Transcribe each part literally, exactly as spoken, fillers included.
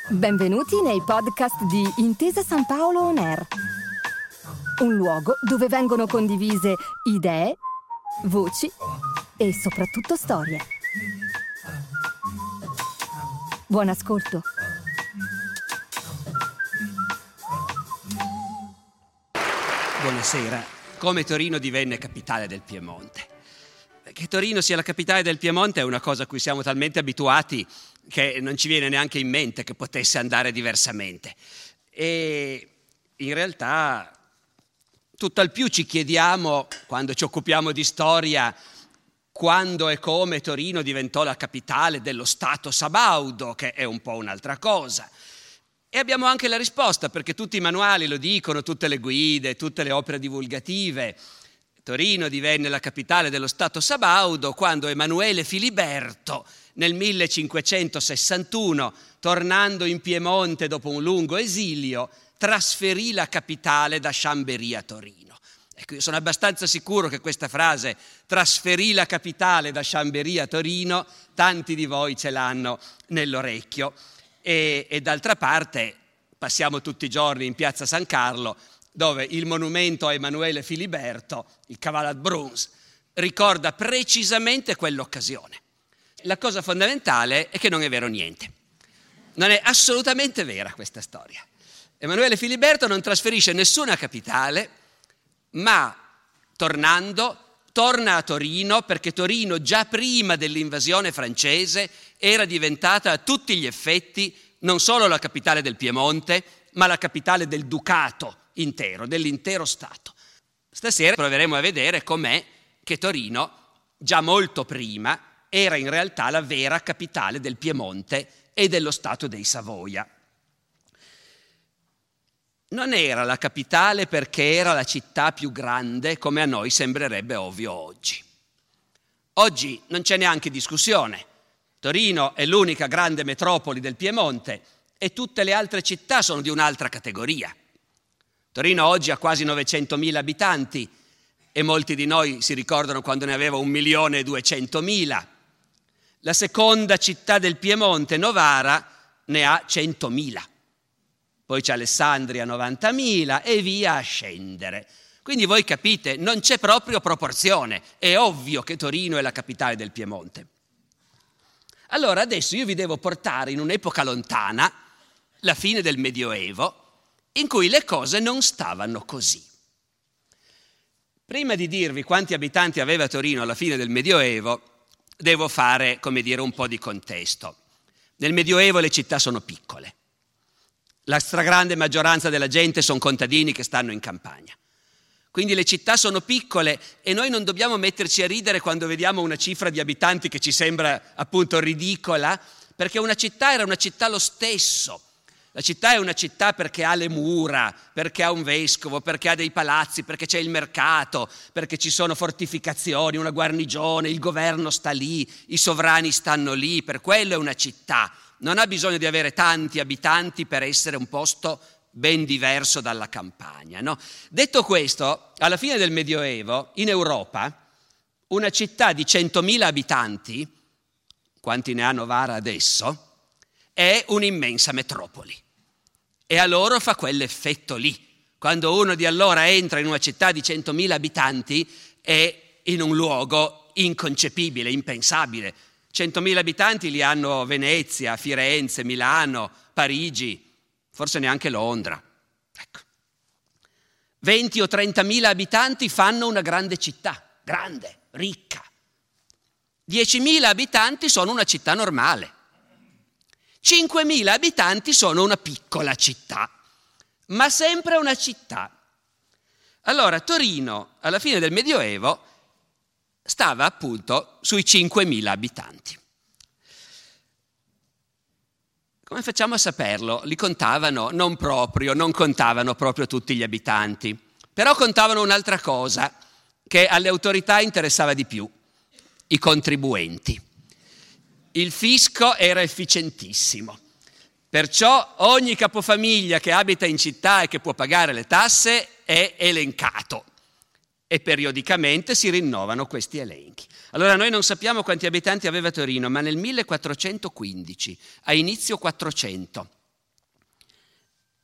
Benvenuti nei podcast di Intesa San Paolo On Air, un luogo dove vengono condivise idee, voci e soprattutto storie. Buon ascolto. Buonasera. Come Torino divenne capitale del Piemonte? Che Torino sia la capitale del Piemonte è una cosa a cui siamo talmente abituati che non ci viene neanche in mente che potesse andare diversamente. E in realtà tutt'al più ci chiediamo, quando ci occupiamo di storia, quando e come Torino diventò la capitale dello Stato sabaudo, che è un po' un'altra cosa. E abbiamo anche la risposta, perché tutti i manuali lo dicono, tutte le guide, tutte le opere divulgative. Torino divenne la capitale dello Stato sabaudo quando Emanuele Filiberto, nel millecinquecentosessantuno, tornando in Piemonte dopo un lungo esilio, trasferì la capitale da Chambéry a Torino. Ecco, io sono abbastanza sicuro che questa frase, trasferì la capitale da Chambéry a Torino, tanti di voi ce l'hanno nell'orecchio. E, e d'altra parte passiamo tutti i giorni in piazza San Carlo, dove il monumento a Emanuele Filiberto, il Cavalad Bruns, ricorda precisamente quell'occasione. La cosa fondamentale è che non è vero niente. Non è assolutamente vera questa storia. Emanuele Filiberto non trasferisce nessuna capitale, ma tornando, torna a Torino, perché Torino già prima dell'invasione francese era diventata a tutti gli effetti non solo la capitale del Piemonte, ma la capitale del Ducato intero, dell'intero Stato. Stasera proveremo a vedere com'è che Torino, già molto prima, era in realtà la vera capitale del Piemonte e dello Stato dei Savoia. Non era la capitale perché era la città più grande, come a noi sembrerebbe ovvio oggi. Oggi non c'è neanche discussione. Torino è l'unica grande metropoli del Piemonte e tutte le altre città sono di un'altra categoria. Torino oggi ha quasi novecentomila abitanti e molti di noi si ricordano quando ne aveva un milione e duecentomila. La seconda città del Piemonte, Novara, ne ha centomila. Poi c'è Alessandria, novantamila e via a scendere. Quindi voi capite, non c'è proprio proporzione. È ovvio che Torino è la capitale del Piemonte. Allora adesso io vi devo portare in un'epoca lontana, la fine del Medioevo, in cui le cose non stavano così. Prima di dirvi quanti abitanti aveva Torino alla fine del Medioevo, devo fare, come dire, un po' di contesto. Nel Medioevo le città sono piccole. La stragrande maggioranza della gente sono contadini che stanno in campagna. Quindi le città sono piccole e noi non dobbiamo metterci a ridere quando vediamo una cifra di abitanti che ci sembra appunto ridicola, perché una città era una città lo stesso. La città è una città perché ha le mura, perché ha un vescovo, perché ha dei palazzi, perché c'è il mercato, perché ci sono fortificazioni, una guarnigione, il governo sta lì, i sovrani stanno lì, per quello è una città. Non ha bisogno di avere tanti abitanti per essere un posto ben diverso dalla campagna, no? Detto questo, alla fine del Medioevo, in Europa, una città di centomila abitanti, quanti ne ha Novara adesso, è un'immensa metropoli. E a loro fa quell'effetto lì. Quando uno di allora entra in una città di centomila abitanti è in un luogo inconcepibile, impensabile. centomila abitanti li hanno Venezia, Firenze, Milano, Parigi, forse neanche Londra. Ecco. venti o trentamila abitanti fanno una grande città, grande, ricca. diecimila abitanti sono una città normale. cinquemila abitanti sono una piccola città, ma sempre una città. Allora Torino, alla fine del Medioevo, stava appunto sui cinquemila abitanti. Come facciamo a saperlo? Li contavano? Non proprio, non contavano proprio tutti gli abitanti, però contavano un'altra cosa che alle autorità interessava di più, i contribuenti. Il fisco era efficientissimo, perciò ogni capofamiglia che abita in città e che può pagare le tasse è elencato e periodicamente si rinnovano questi elenchi. Allora noi non sappiamo quanti abitanti aveva Torino, ma nel millequattrocentoquindici, a inizio Quattrocento,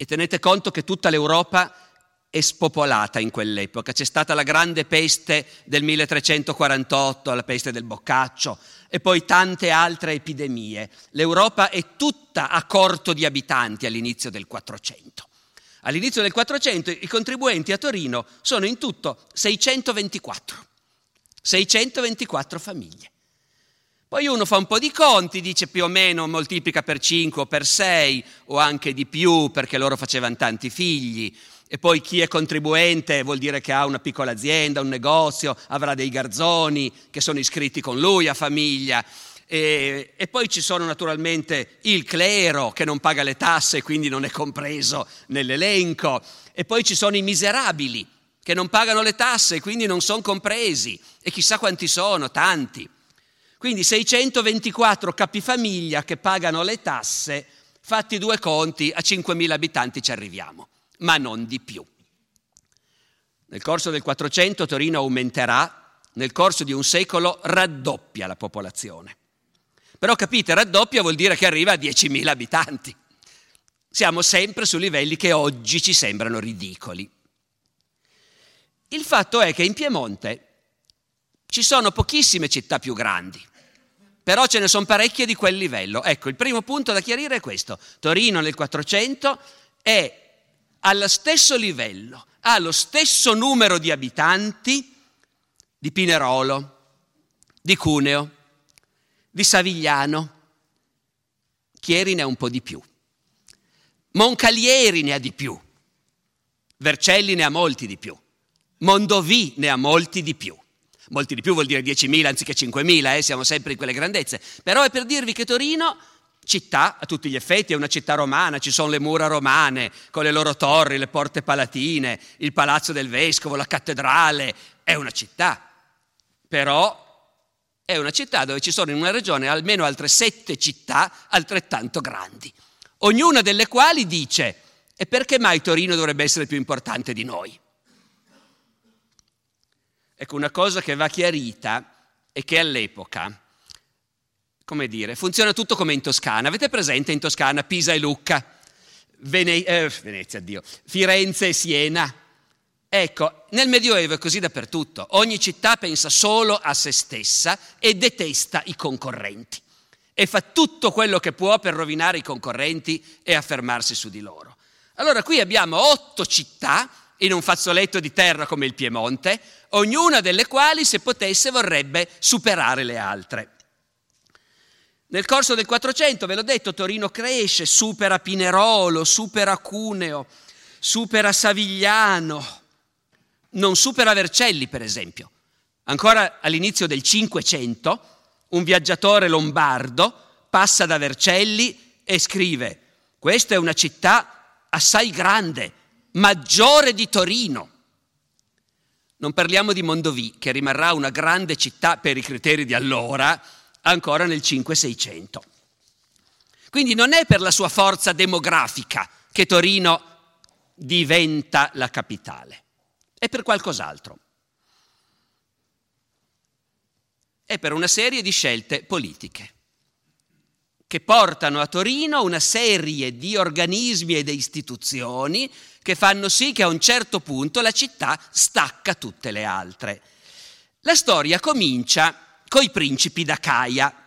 E tenete conto che tutta l'Europa è spopolata in quell'epoca. C'è stata la grande peste del milletrecentoquarantotto, la peste del Boccaccio, e poi tante altre epidemie. L'Europa è tutta a corto di abitanti all'inizio del Quattrocento. All'inizio del Quattrocento i contribuenti a Torino sono in tutto seicentoventiquattro. seicentoventiquattro famiglie. Poi uno fa un po' di conti, dice più o meno moltiplica per cinque o per sei o anche di più perché loro facevano tanti figli. E poi chi è contribuente vuol dire che ha una piccola azienda, un negozio, avrà dei garzoni che sono iscritti con lui a famiglia. E, e poi ci sono naturalmente il clero che non paga le tasse e quindi non è compreso nell'elenco. E poi ci sono i miserabili che non pagano le tasse e quindi non sono compresi. E chissà quanti sono, tanti. Quindi seicentoventiquattro capifamiglia che pagano le tasse, fatti due conti, a cinquemila abitanti ci arriviamo. Ma non di più. Nel corso del Quattrocento Torino aumenterà, nel corso di un secolo raddoppia la popolazione. Però capite, raddoppia vuol dire che arriva a diecimila abitanti. Siamo sempre su livelli che oggi ci sembrano ridicoli. Il fatto è che in Piemonte ci sono pochissime città più grandi, però ce ne sono parecchie di quel livello. Ecco, il primo punto da chiarire è questo. Torino nel Quattrocento è allo stesso livello, ha lo stesso numero di abitanti di Pinerolo, di Cuneo, di Savigliano. Chieri ne ha un po' di più. Moncalieri ne ha di più. Vercelli ne ha molti di più. Mondovì ne ha molti di più. Molti di più vuol dire diecimila anziché cinquemila, eh? Siamo sempre in quelle grandezze. Però è per dirvi che Torino, città a tutti gli effetti, è una città romana, ci sono le mura romane con le loro torri, le porte palatine, il palazzo del vescovo, la cattedrale, è una città. Però è una città dove ci sono in una regione almeno altre sette città altrettanto grandi, ognuna delle quali dice: e perché mai Torino dovrebbe essere più importante di noi? Ecco, una cosa che va chiarita è che all'epoca, come dire, funziona tutto come in Toscana. Avete presente in Toscana Pisa e Lucca, Vene- eh, Venezia, Dio, Firenze e Siena? Ecco, nel Medioevo è così dappertutto. Ogni città pensa solo a se stessa e detesta i concorrenti. E fa tutto quello che può per rovinare i concorrenti e affermarsi su di loro. Allora qui abbiamo otto città in un fazzoletto di terra come il Piemonte, ognuna delle quali, se potesse, vorrebbe superare le altre. Nel corso del Quattrocento, ve l'ho detto, Torino cresce, supera Pinerolo, supera Cuneo, supera Savigliano, non supera Vercelli, per esempio. Ancora all'inizio del Cinquecento, un viaggiatore lombardo passa da Vercelli e scrive: questa è una città assai grande, maggiore di Torino. Non parliamo di Mondovì, che rimarrà una grande città per i criteri di allora, ancora nel cinque-seicento. Quindi non è per la sua forza demografica che Torino diventa la capitale, è per qualcos'altro. È per una serie di scelte politiche che portano a Torino una serie di organismi e di istituzioni che fanno sì che a un certo punto la città stacca tutte le altre. La storia comincia coi principi d'Acaia.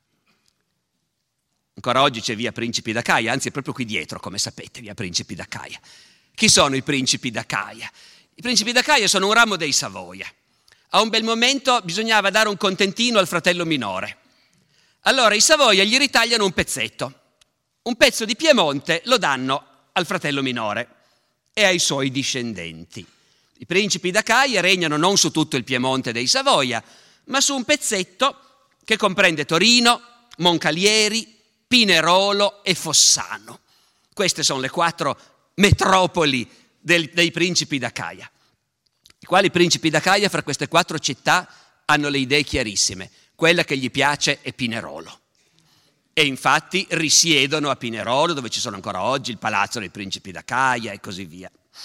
Ancora oggi c'è via Principi d'Acaia, anzi è proprio qui dietro, come sapete, via Principi d'Acaia. Chi sono i principi d'Acaia? I principi d'Acaia sono un ramo dei Savoia. A un bel momento bisognava dare un contentino al fratello minore. Allora i Savoia gli ritagliano un pezzetto. Un pezzo di Piemonte lo danno al fratello minore e ai suoi discendenti. I principi d'Acaia regnano non su tutto il Piemonte dei Savoia, ma su un pezzetto che comprende Torino, Moncalieri, Pinerolo e Fossano. Queste sono le quattro metropoli del, dei principi d'Acaia. I quali principi d'Acaia fra queste quattro città hanno le idee chiarissime. Quella che gli piace è Pinerolo. E infatti risiedono a Pinerolo, dove ci sono ancora oggi il palazzo dei principi d'Acaia e così via.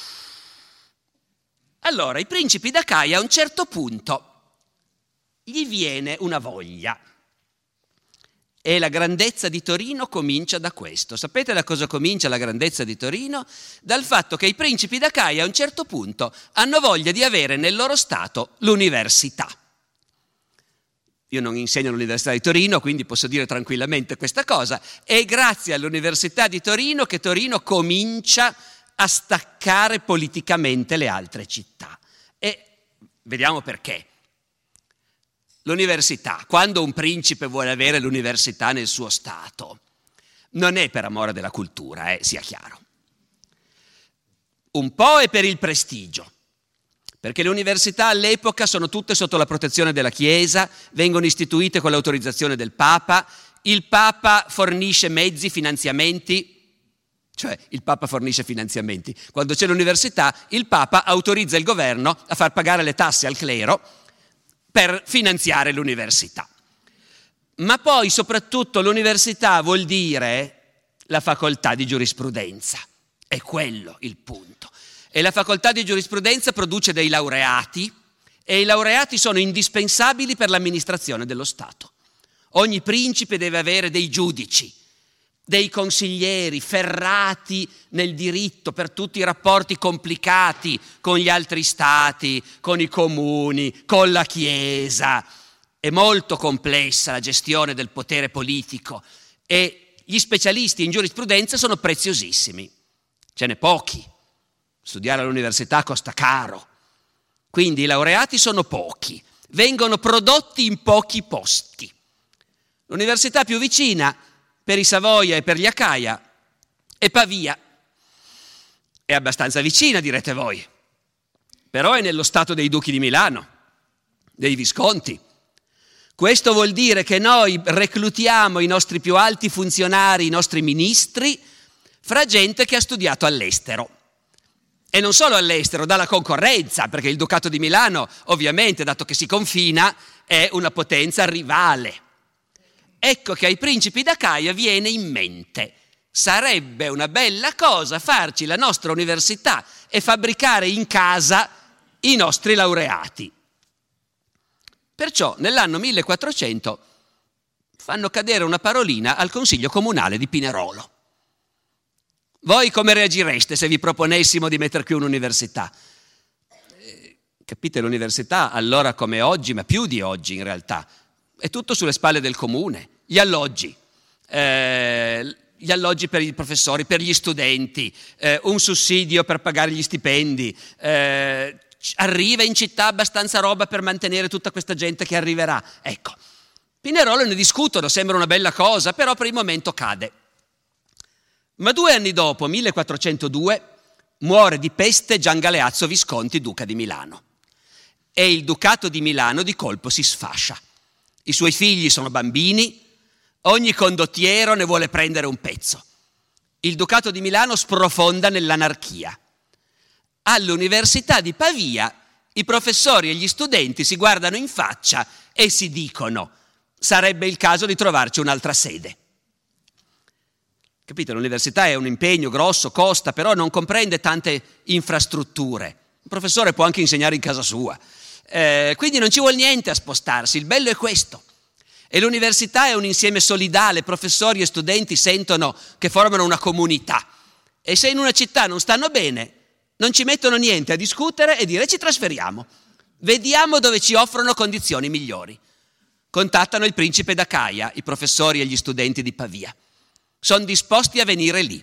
Allora, i principi d'Acaia a un certo punto gli viene una voglia E la grandezza di Torino comincia da questo. Sapete da cosa comincia la grandezza di Torino? Dal fatto che i principi d'Acaia a un certo punto hanno voglia di avere nel loro stato l'università. Io non insegno all'Università di Torino, quindi posso dire tranquillamente questa cosa. È grazie all'Università di Torino che Torino comincia a staccare politicamente le altre città. E vediamo perché. L'università, quando un principe vuole avere l'università nel suo stato, non è per amore della cultura, eh, sia chiaro. Un po' è per il prestigio, perché le università all'epoca sono tutte sotto la protezione della Chiesa, vengono istituite con l'autorizzazione del Papa, il Papa fornisce mezzi, finanziamenti, cioè il Papa fornisce finanziamenti. Quando c'è l'università, il Papa autorizza il governo a far pagare le tasse al clero per finanziare l'università. Ma poi soprattutto l'università vuol dire la facoltà di giurisprudenza. È quello il punto. E la facoltà di giurisprudenza produce dei laureati e i laureati sono indispensabili per l'amministrazione dello Stato. Ogni principe deve avere dei giudici, dei consiglieri ferrati nel diritto per tutti i rapporti complicati con gli altri stati, con i comuni, con la Chiesa. È molto complessa la gestione del potere politico e gli specialisti in giurisprudenza sono preziosissimi. Ce n'è pochi. Studiare all'università costa caro. Quindi i laureati sono pochi, vengono prodotti in pochi posti. L'università più vicina per i Savoia e per gli Acaia è Pavia. È abbastanza vicina, direte voi, però è nello stato dei duchi di Milano, dei Visconti. Questo vuol dire che noi reclutiamo i nostri più alti funzionari, i nostri ministri, fra gente che ha studiato all'estero. E non solo all'estero, dalla concorrenza, perché il Ducato di Milano, ovviamente, dato che si confina, è una potenza rivale. Ecco che ai principi d'Acaia viene in mente: sarebbe una bella cosa farci la nostra università e fabbricare in casa i nostri laureati. Perciò nell'anno millequattrocento fanno cadere una parolina al Consiglio Comunale di Pinerolo. Voi come reagireste se vi proponessimo di mettere qui un'università? Eh, capite, l'università allora come oggi, ma più di oggi in realtà, è tutto sulle spalle del comune. Gli alloggi, eh, gli alloggi per i professori, per gli studenti, eh, un sussidio per pagare gli stipendi, eh, arriva in città abbastanza roba per mantenere tutta questa gente che arriverà. Ecco, Pinerolo ne discutono, sembra una bella cosa, però per il momento cade. Ma due anni dopo, millequattrocentodue, muore di peste Gian Galeazzo Visconti, duca di Milano. E il Ducato di Milano di colpo si sfascia. I suoi figli sono bambini, ogni condottiero ne vuole prendere un pezzo. Il Ducato di Milano sprofonda nell'anarchia. All'Università di Pavia i professori e gli studenti si guardano in faccia e si dicono: sarebbe il caso di trovarci un'altra sede. Capite, l'università è un impegno grosso, costa, però non comprende tante infrastrutture. Un professore può anche insegnare in casa sua. Eh, quindi non ci vuole niente a spostarsi, il bello è questo. E l'università è un insieme solidale, professori e studenti sentono che formano una comunità. E se in una città non stanno bene, non ci mettono niente a discutere e dire: ci trasferiamo, vediamo dove ci offrono condizioni migliori. Contattano il principe d'Acaia, i professori e gli studenti di Pavia. Sono disposti a venire lì.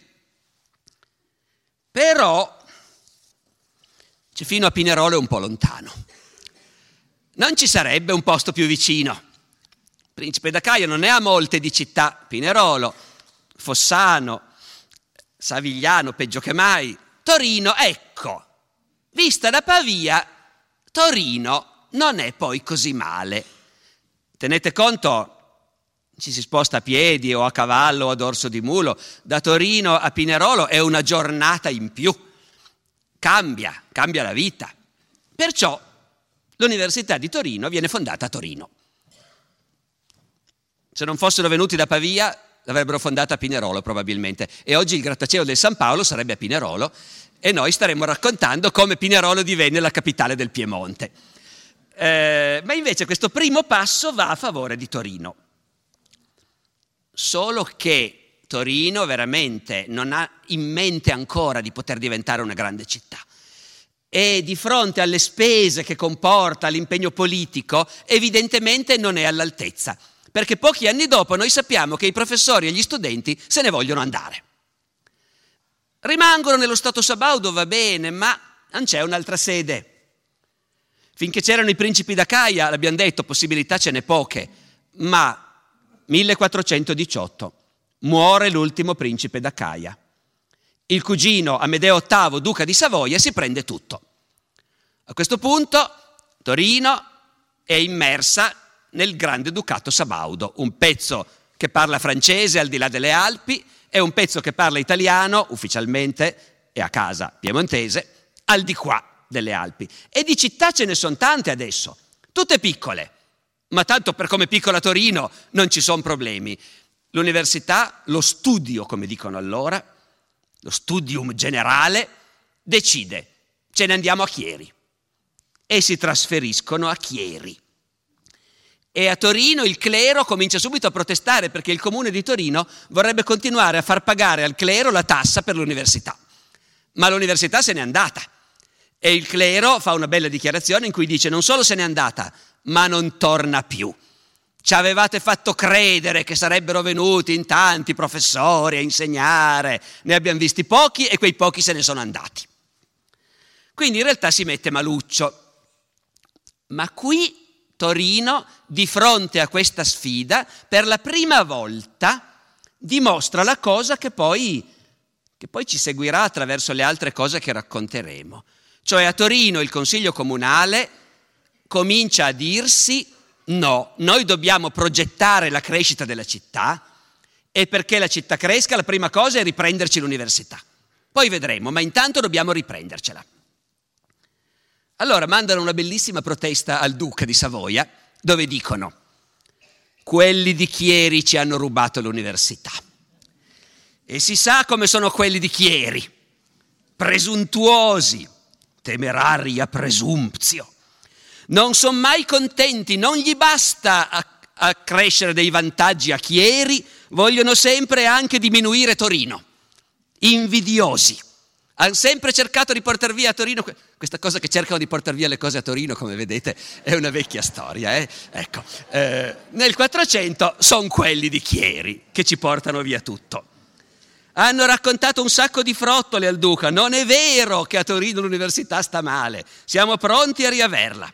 Però c'è fino a Pinerolo è un po' lontano. Non ci sarebbe un posto più vicino. Il principe d'Acaia non ne ha molte di città. Pinerolo, Fossano, Savigliano, peggio che mai. Torino, ecco, vista da Pavia, Torino non è poi così male. Tenete conto, ci si sposta a piedi o a cavallo o a dorso di mulo. Da Torino a Pinerolo è una giornata in più. Cambia, cambia la vita. Perciò l'Università di Torino viene fondata a Torino. Se non fossero venuti da Pavia, l'avrebbero fondata a Pinerolo probabilmente. E oggi il grattacielo del San Paolo sarebbe a Pinerolo e noi staremmo raccontando come Pinerolo divenne la capitale del Piemonte. Eh, ma invece questo primo passo va a favore di Torino. solo che Torino veramente non ha in mente ancora di poter diventare una grande città. E di fronte alle spese che comporta l'impegno politico, evidentemente non è all'altezza, perché pochi anni dopo noi sappiamo che i professori e gli studenti se ne vogliono andare. Rimangono nello Stato Sabaudo, va bene, ma non c'è un'altra sede. Finché c'erano i principi d'Acaia, l'abbiamo detto, possibilità ce n'è poche, ma millequattrocentodiciotto muore l'ultimo principe d'Acaia. Il cugino Amedeo ottavo, duca di Savoia, si prende tutto. A questo punto Torino è immersa nel grande ducato Sabaudo, un pezzo che parla francese al di là delle Alpi e un pezzo che parla italiano, ufficialmente, e a casa piemontese, al di qua delle Alpi. E di città ce ne sono tante adesso, tutte piccole, ma tanto per come piccola Torino non ci sono problemi. L'università, lo studio, come dicono allora, lo studium generale, decide, ce ne andiamo a Chieri e si trasferiscono a Chieri. E a Torino il clero comincia subito a protestare perché il comune di Torino vorrebbe continuare a far pagare al clero la tassa per l'università. Ma l'università se n'è andata e il clero fa una bella dichiarazione in cui dice non solo se n'è andata, ma non torna più. Ci avevate fatto credere che sarebbero venuti in tanti professori a insegnare, ne abbiamo visti pochi e quei pochi se ne sono andati. Quindi in realtà si mette maluccio. Ma qui Torino, di fronte a questa sfida, per la prima volta dimostra la cosa che poi, che poi ci seguirà attraverso le altre cose che racconteremo. Cioè a Torino il Consiglio Comunale comincia a dirsi no, noi dobbiamo progettare la crescita della città e perché la città cresca la prima cosa è riprenderci l'università. Poi vedremo, ma intanto dobbiamo riprendercela. Allora mandano una bellissima protesta al duca di Savoia dove dicono quelli di Chieri ci hanno rubato l'università e si sa come sono quelli di Chieri, presuntuosi, temeraria presumpzio. Non sono mai contenti, non gli basta a, a crescere dei vantaggi a Chieri, vogliono sempre anche diminuire Torino. Invidiosi. Hanno sempre cercato di portare via a Torino, questa cosa che cercano di portare via le cose a Torino, come vedete, è una vecchia storia. Eh? Ecco, eh, nel Quattrocento sono quelli di Chieri che ci portano via tutto. Hanno raccontato un sacco di frottole al duca, non è vero che a Torino l'università sta male, siamo pronti a riaverla.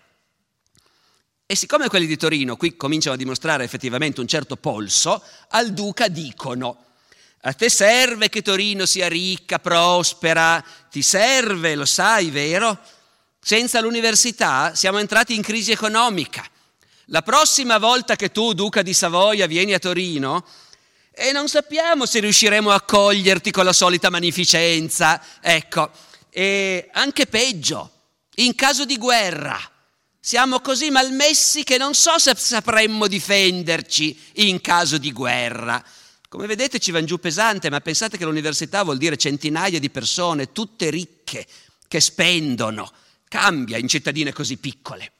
E siccome quelli di Torino qui cominciano a dimostrare effettivamente un certo polso, al duca dicono a te serve che Torino sia ricca, prospera, ti serve, lo sai, vero? Senza l'università siamo entrati in crisi economica. La prossima volta che tu, duca di Savoia, vieni a Torino e non sappiamo se riusciremo a accoglierti con la solita magnificenza, ecco, e anche peggio, in caso di guerra. Siamo così malmessi che non so se sapremmo difenderci in caso di guerra. Come vedete ci van giù pesante, ma pensate che l'università vuol dire centinaia di persone, tutte ricche, che spendono. Cambia in cittadine così piccole.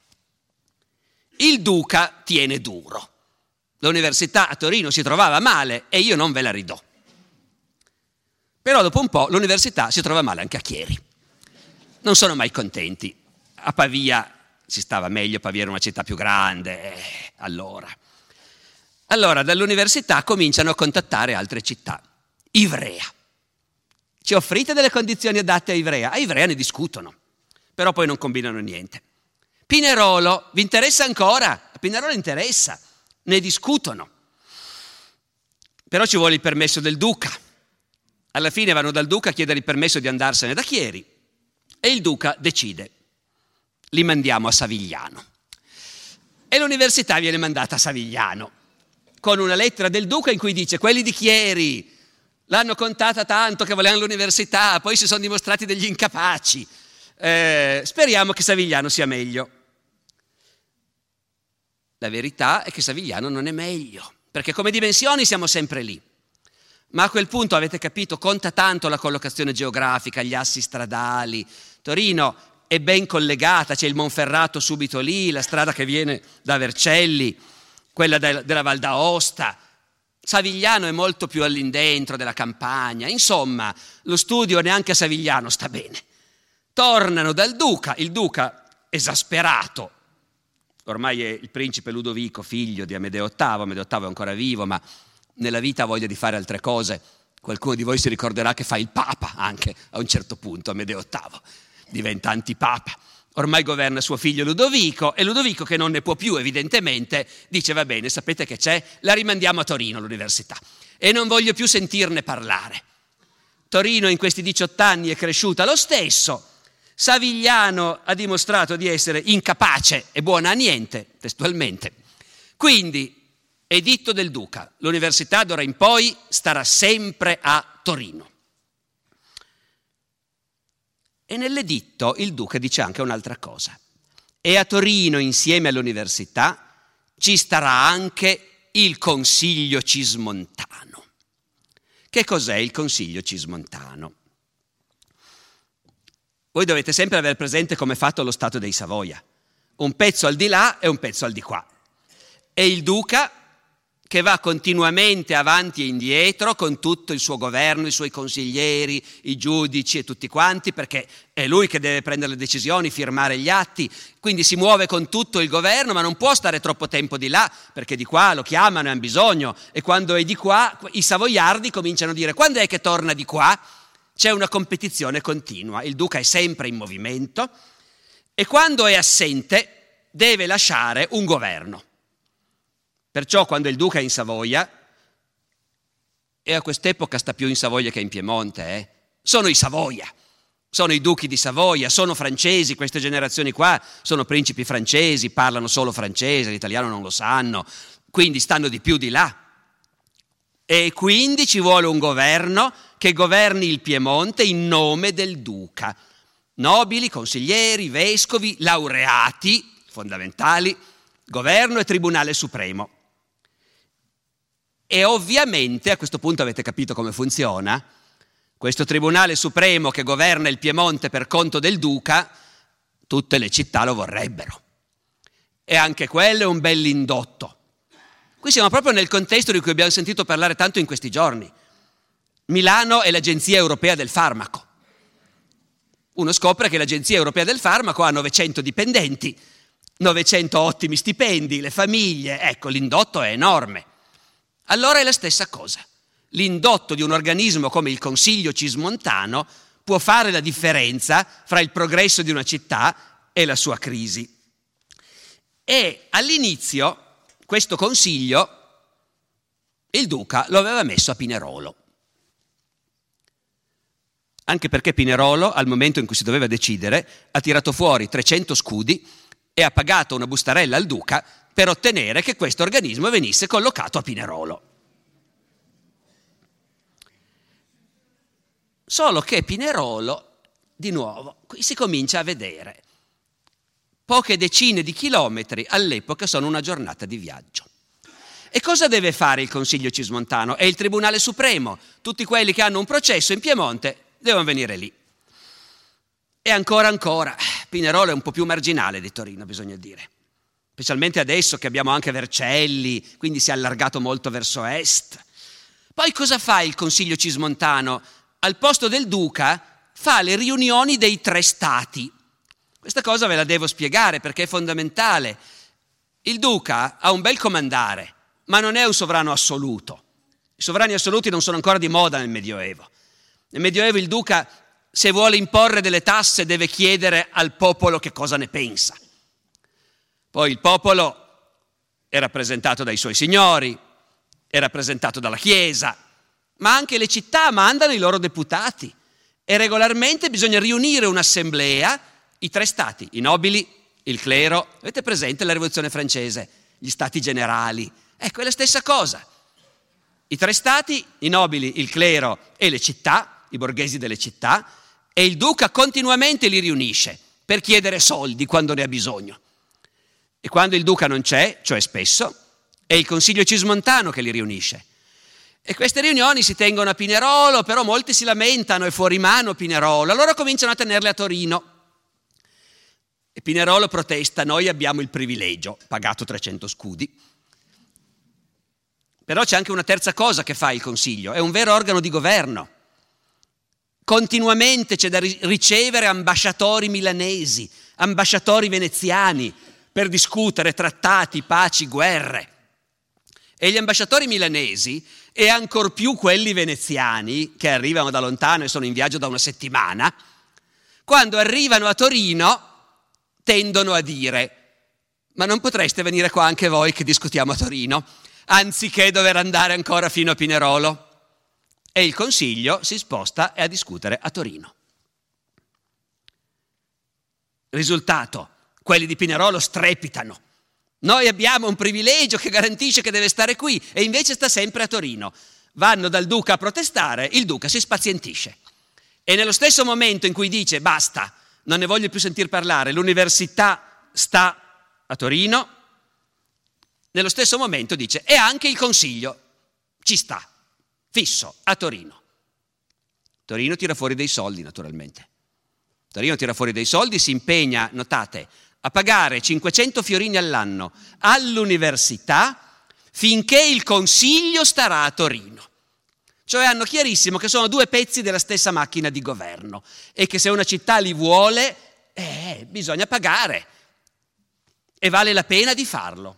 Il duca tiene duro. L'università a Torino si trovava male e io non ve la ridò. Però dopo un po' l'università si trova male anche a Chieri. Non sono mai contenti. A Pavia si stava meglio, Pavia era una città più grande, eh, allora. Allora dall'università cominciano a contattare altre città. Ivrea. Ci offrite delle condizioni adatte a Ivrea? A Ivrea ne discutono, però poi non combinano niente. Pinerolo, vi interessa ancora? A Pinerolo interessa, ne discutono. Però ci vuole il permesso del duca. Alla fine vanno dal duca a chiedere il permesso di andarsene da Chieri e il duca decide. Li mandiamo a Savigliano. E l'università viene mandata a Savigliano con una lettera del duca in cui dice quelli di Chieri l'hanno contata tanto che volevano l'università, poi si sono dimostrati degli incapaci. Eh, speriamo che Savigliano sia meglio. La verità è che Savigliano non è meglio, perché come dimensioni siamo sempre lì. Ma a quel punto, avete capito, conta tanto la collocazione geografica, gli assi stradali. Torino è ben collegata, c'è il Monferrato subito lì, la strada che viene da Vercelli, quella della Val d'Aosta. Savigliano è molto più all'indentro della campagna. Insomma, lo studio neanche a Savigliano sta bene. Tornano dal duca, il duca esasperato, ormai è il principe Ludovico, figlio di Amedeo ottavo, Amedeo ottavo è ancora vivo, ma nella vita ha voglia di fare altre cose. Qualcuno di voi si ricorderà che fa il papa anche a un certo punto, Amedeo ottavo, diventa antipapa. Ormai governa suo figlio Ludovico e Ludovico, che non ne può più evidentemente, dice va bene, sapete che c'è? La rimandiamo a Torino l'università e non voglio più sentirne parlare. Torino in questi diciotto anni è cresciuta lo stesso. Savigliano ha dimostrato di essere incapace e buona a niente, testualmente. Quindi, editto del duca, l'università d'ora in poi starà sempre a Torino. E nell'editto il duca dice anche un'altra cosa. E a Torino, insieme all'università, ci starà anche il Consiglio Cismontano. Che cos'è il Consiglio Cismontano? Voi dovete sempre aver presente come è fatto lo Stato dei Savoia. Un pezzo al di là e un pezzo al di qua. E il duca che va continuamente avanti e indietro con tutto il suo governo, i suoi consiglieri, i giudici e tutti quanti, perché è lui che deve prendere le decisioni, firmare gli atti, quindi si muove con tutto il governo, ma non può stare troppo tempo di là, perché di qua lo chiamano e hanno bisogno, e quando è di qua i savoiardi cominciano a dire quando è che torna di qua? C'è una competizione continua, il duca è sempre in movimento e quando è assente deve lasciare un governo. Perciò quando il duca è in Savoia, e a quest'epoca sta più in Savoia che in Piemonte, eh, sono i Savoia, sono i duchi di Savoia, sono francesi, queste generazioni qua sono principi francesi, parlano solo francese, l'italiano non lo sanno, quindi stanno di più di là. E quindi ci vuole un governo che governi il Piemonte in nome del duca. Nobili, consiglieri, vescovi, laureati, fondamentali, governo e tribunale supremo. E ovviamente, a questo punto avete capito come funziona, questo tribunale supremo che governa il Piemonte per conto del duca, tutte le città lo vorrebbero. E anche quello è un bell'indotto. Qui siamo proprio nel contesto di cui abbiamo sentito parlare tanto in questi giorni. Milano è l'Agenzia Europea del Farmaco. Uno scopre che l'Agenzia Europea del Farmaco ha novecento dipendenti, novecento ottimi stipendi, le famiglie, ecco, l'indotto è enorme. Allora è la stessa cosa. L'indotto di un organismo come il Consiglio Cismontano può fare la differenza fra il progresso di una città e la sua crisi. E all'inizio questo consiglio il duca lo aveva messo a Pinerolo. Anche perché Pinerolo, al momento in cui si doveva decidere, ha tirato fuori trecento scudi e ha pagato una bustarella al duca per ottenere che questo organismo venisse collocato a Pinerolo. Solo che Pinerolo, di nuovo, qui si comincia a vedere. Poche decine di chilometri all'epoca sono una giornata di viaggio. E cosa deve fare il Consiglio Cismontano? È il Tribunale Supremo. Tutti quelli che hanno un processo in Piemonte devono venire lì. E ancora ancora, Pinerolo è un po' più marginale di Torino, bisogna dire. Specialmente adesso che abbiamo anche Vercelli, quindi si è allargato molto verso est. Poi cosa fa il Consiglio Cismontano? Al posto del duca fa le riunioni dei tre stati. Questa cosa ve la devo spiegare perché è fondamentale. Il duca ha un bel comandare, ma non è un sovrano assoluto. I sovrani assoluti non sono ancora di moda nel Medioevo. Nel Medioevo il duca, se vuole imporre delle tasse, deve chiedere al popolo che cosa ne pensa. Poi il popolo è rappresentato dai suoi signori, è rappresentato dalla Chiesa, ma anche le città mandano i loro deputati e regolarmente bisogna riunire un'assemblea, i tre stati, i nobili, il clero. Avete presente la Rivoluzione francese? Gli stati generali. Ecco, è la stessa cosa. I tre stati, i nobili, il clero e le città, i borghesi delle città, e il duca continuamente li riunisce per chiedere soldi quando ne ha bisogno. E quando il duca non c'è, cioè spesso, è il Consiglio Cismontano che li riunisce. E queste riunioni si tengono a Pinerolo, però molti si lamentano, è fuori mano Pinerolo, allora cominciano a tenerle a Torino. E Pinerolo protesta, noi abbiamo il privilegio, pagato trecento scudi, Però c'è anche una terza cosa che fa il Consiglio, è un vero organo di governo. Continuamente c'è da ricevere ambasciatori milanesi, ambasciatori veneziani per discutere trattati, paci, guerre. E gli ambasciatori milanesi, e ancor più quelli veneziani, che arrivano da lontano e sono in viaggio da una settimana, quando arrivano a Torino tendono a dire: ma non potreste venire qua anche voi che discutiamo a Torino, anziché dover andare ancora fino a Pinerolo? E il Consiglio si sposta a discutere a Torino. Risultato: quelli di Pinerolo strepitano. Noi abbiamo un privilegio che garantisce che deve stare qui e invece sta sempre a Torino. Vanno dal duca a protestare, il duca si spazientisce. E nello stesso momento in cui dice basta, non ne voglio più sentir parlare, l'università sta a Torino, nello stesso momento dice e anche il Consiglio ci sta. Fisso, a Torino. Torino tira fuori dei soldi, naturalmente. Torino tira fuori dei soldi, si impegna, notate, a pagare cinquecento fiorini all'anno all'università finché il Consiglio starà a Torino. Cioè hanno chiarissimo che sono due pezzi della stessa macchina di governo e che se una città li vuole, eh, bisogna pagare e vale la pena di farlo.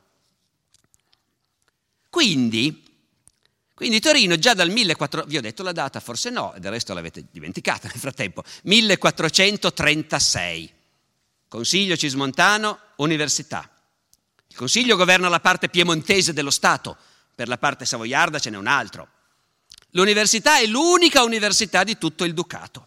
Quindi... Quindi Torino già dal millequattrocento, vi ho detto la data, forse no, e del resto l'avete dimenticata nel frattempo, millequattrocentotrentasei, Consiglio Cismontano, Università. Il Consiglio governa la parte piemontese dello Stato, per la parte savoiarda ce n'è un altro. L'università è l'unica università di tutto il Ducato.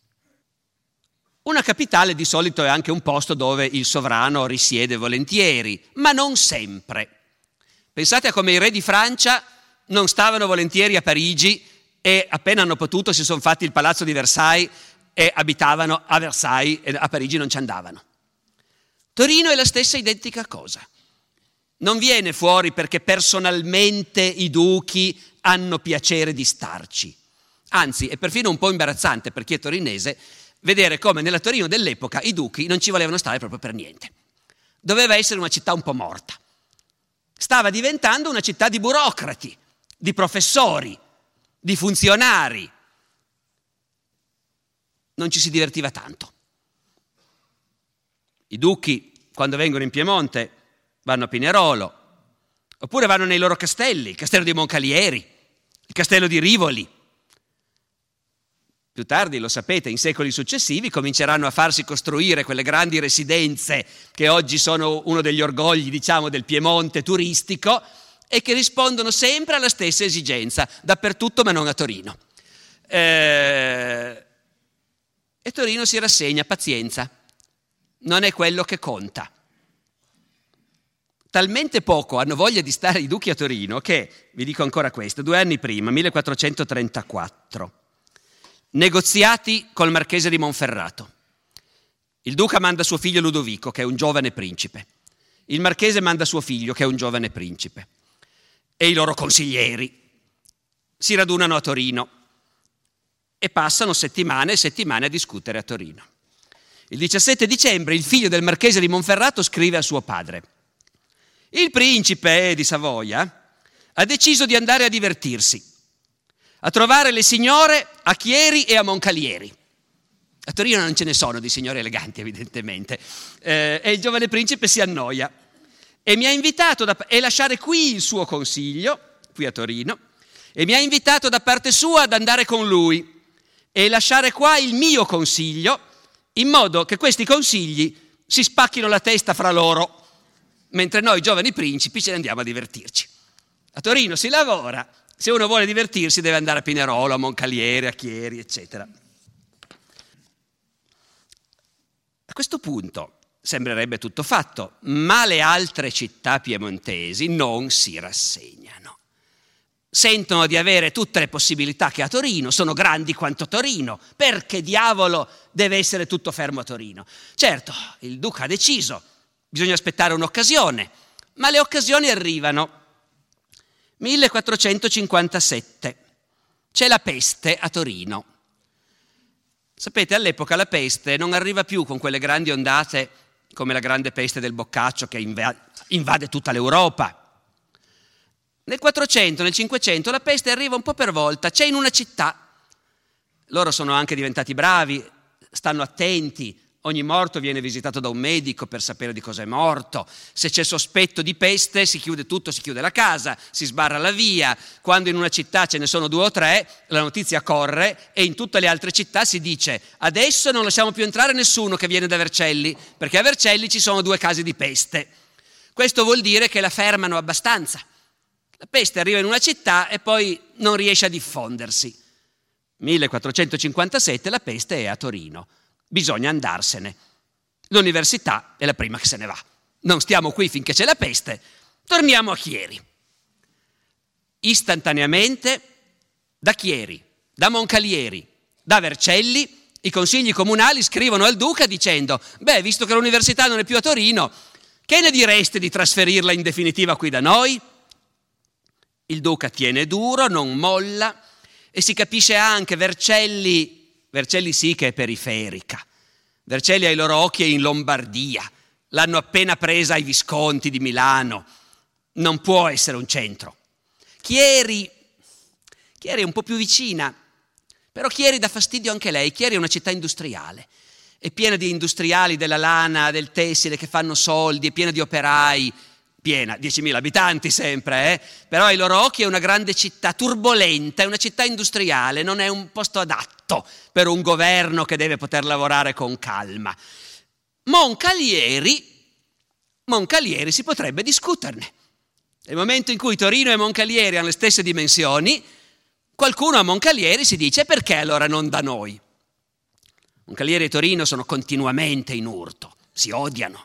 Una capitale di solito è anche un posto dove il sovrano risiede volentieri, ma non sempre. Pensate a come i re di Francia non stavano volentieri a Parigi e appena hanno potuto si sono fatti il palazzo di Versailles e abitavano a Versailles e a Parigi non ci andavano. Torino è la stessa identica cosa. Non viene fuori perché personalmente i duchi hanno piacere di starci. Anzi, è perfino un po' imbarazzante per chi è torinese vedere come nella Torino dell'epoca i duchi non ci volevano stare proprio per niente. Doveva essere una città un po' morta. Stava diventando una città di burocrati, di professori, di funzionari. Non ci si divertiva tanto. I duchi, quando vengono in Piemonte, vanno a Pinerolo, oppure vanno nei loro castelli, il castello di Moncalieri, il castello di Rivoli. Più tardi, lo sapete, in secoli successivi cominceranno a farsi costruire quelle grandi residenze che oggi sono uno degli orgogli, diciamo, del Piemonte turistico, e che rispondono sempre alla stessa esigenza, dappertutto ma non a Torino. Eh, e Torino si rassegna, pazienza, non è quello che conta. Talmente poco hanno voglia di stare i duchi a Torino che, vi dico ancora questo, due anni prima, millequattrocentotrentaquattro, negoziati col marchese di Monferrato. Il duca manda suo figlio Ludovico, che è un giovane principe. Il marchese manda suo figlio, che è un giovane principe. E i loro consiglieri si radunano a Torino e passano settimane e settimane a discutere a Torino. Il diciassette dicembre il figlio del marchese di Monferrato scrive a suo padre: il principe di Savoia ha deciso di andare a divertirsi, a trovare le signore a Chieri e a Moncalieri. A Torino non ce ne sono di signore eleganti, evidentemente, eh, e il giovane principe si annoia. E mi ha invitato da, e lasciare qui il suo consiglio, qui a Torino, e mi ha invitato da parte sua ad andare con lui e lasciare qua il mio consiglio, in modo che questi consigli si spacchino la testa fra loro, mentre noi giovani principi ce ne andiamo a divertirci. A Torino si lavora, se uno vuole divertirsi deve andare a Pinerolo, a Moncalieri, a Chieri, eccetera. A questo punto sembrerebbe tutto fatto, ma le altre città piemontesi non si rassegnano. Sentono di avere tutte le possibilità che ha Torino, sono grandi quanto Torino, perché diavolo deve essere tutto fermo a Torino? Certo, il duca ha deciso, bisogna aspettare un'occasione, ma le occasioni arrivano. millequattrocentocinquantasette, c'è la peste a Torino. Sapete, all'epoca la peste non arriva più con quelle grandi ondate come la grande peste del Boccaccio che invade tutta l'Europa. Nel quattrocento, nel cinquecento la peste arriva un po' per volta, c'è in una città. Loro sono anche diventati bravi, stanno attenti, ogni morto viene visitato da un medico per sapere di cosa è morto. Se c'è sospetto di peste si chiude tutto, si chiude la casa, si sbarra la via. Quando in una città ce ne sono due o tre, la notizia corre e in tutte le altre città si dice: adesso non lasciamo più entrare nessuno che viene da Vercelli, perché a Vercelli ci sono due casi di peste. Questo vuol dire che la fermano abbastanza. La peste arriva in una città e poi non riesce a diffondersi. millequattrocentocinquantasette la peste è a Torino. Bisogna andarsene. L'università è la prima che se ne va. Non stiamo qui finché c'è la peste, torniamo a Chieri. Istantaneamente da Chieri, da Moncalieri, da Vercelli, i consigli comunali scrivono al duca dicendo: beh, visto che l'università non è più a Torino, che ne direste di trasferirla in definitiva qui da noi? Il duca tiene duro, non molla, e si capisce anche Vercelli, Vercelli sì che è periferica. Vercelli ai loro occhi è in Lombardia, l'hanno appena presa ai Visconti di Milano, non può essere un centro. Chieri, Chieri è un po' più vicina, però Chieri dà fastidio anche lei. Chieri è una città industriale, è piena di industriali della lana, del tessile che fanno soldi, è piena di operai, piena, diecimila abitanti sempre, eh? Però ai loro occhi è una grande città turbolenta, è una città industriale, non è un posto adatto per un governo che deve poter lavorare con calma. Moncalieri, Moncalieri si potrebbe discuterne. Nel momento in cui Torino e Moncalieri hanno le stesse dimensioni, qualcuno a Moncalieri si dice: perché allora non da noi? Moncalieri e Torino sono continuamente in urto, si odiano.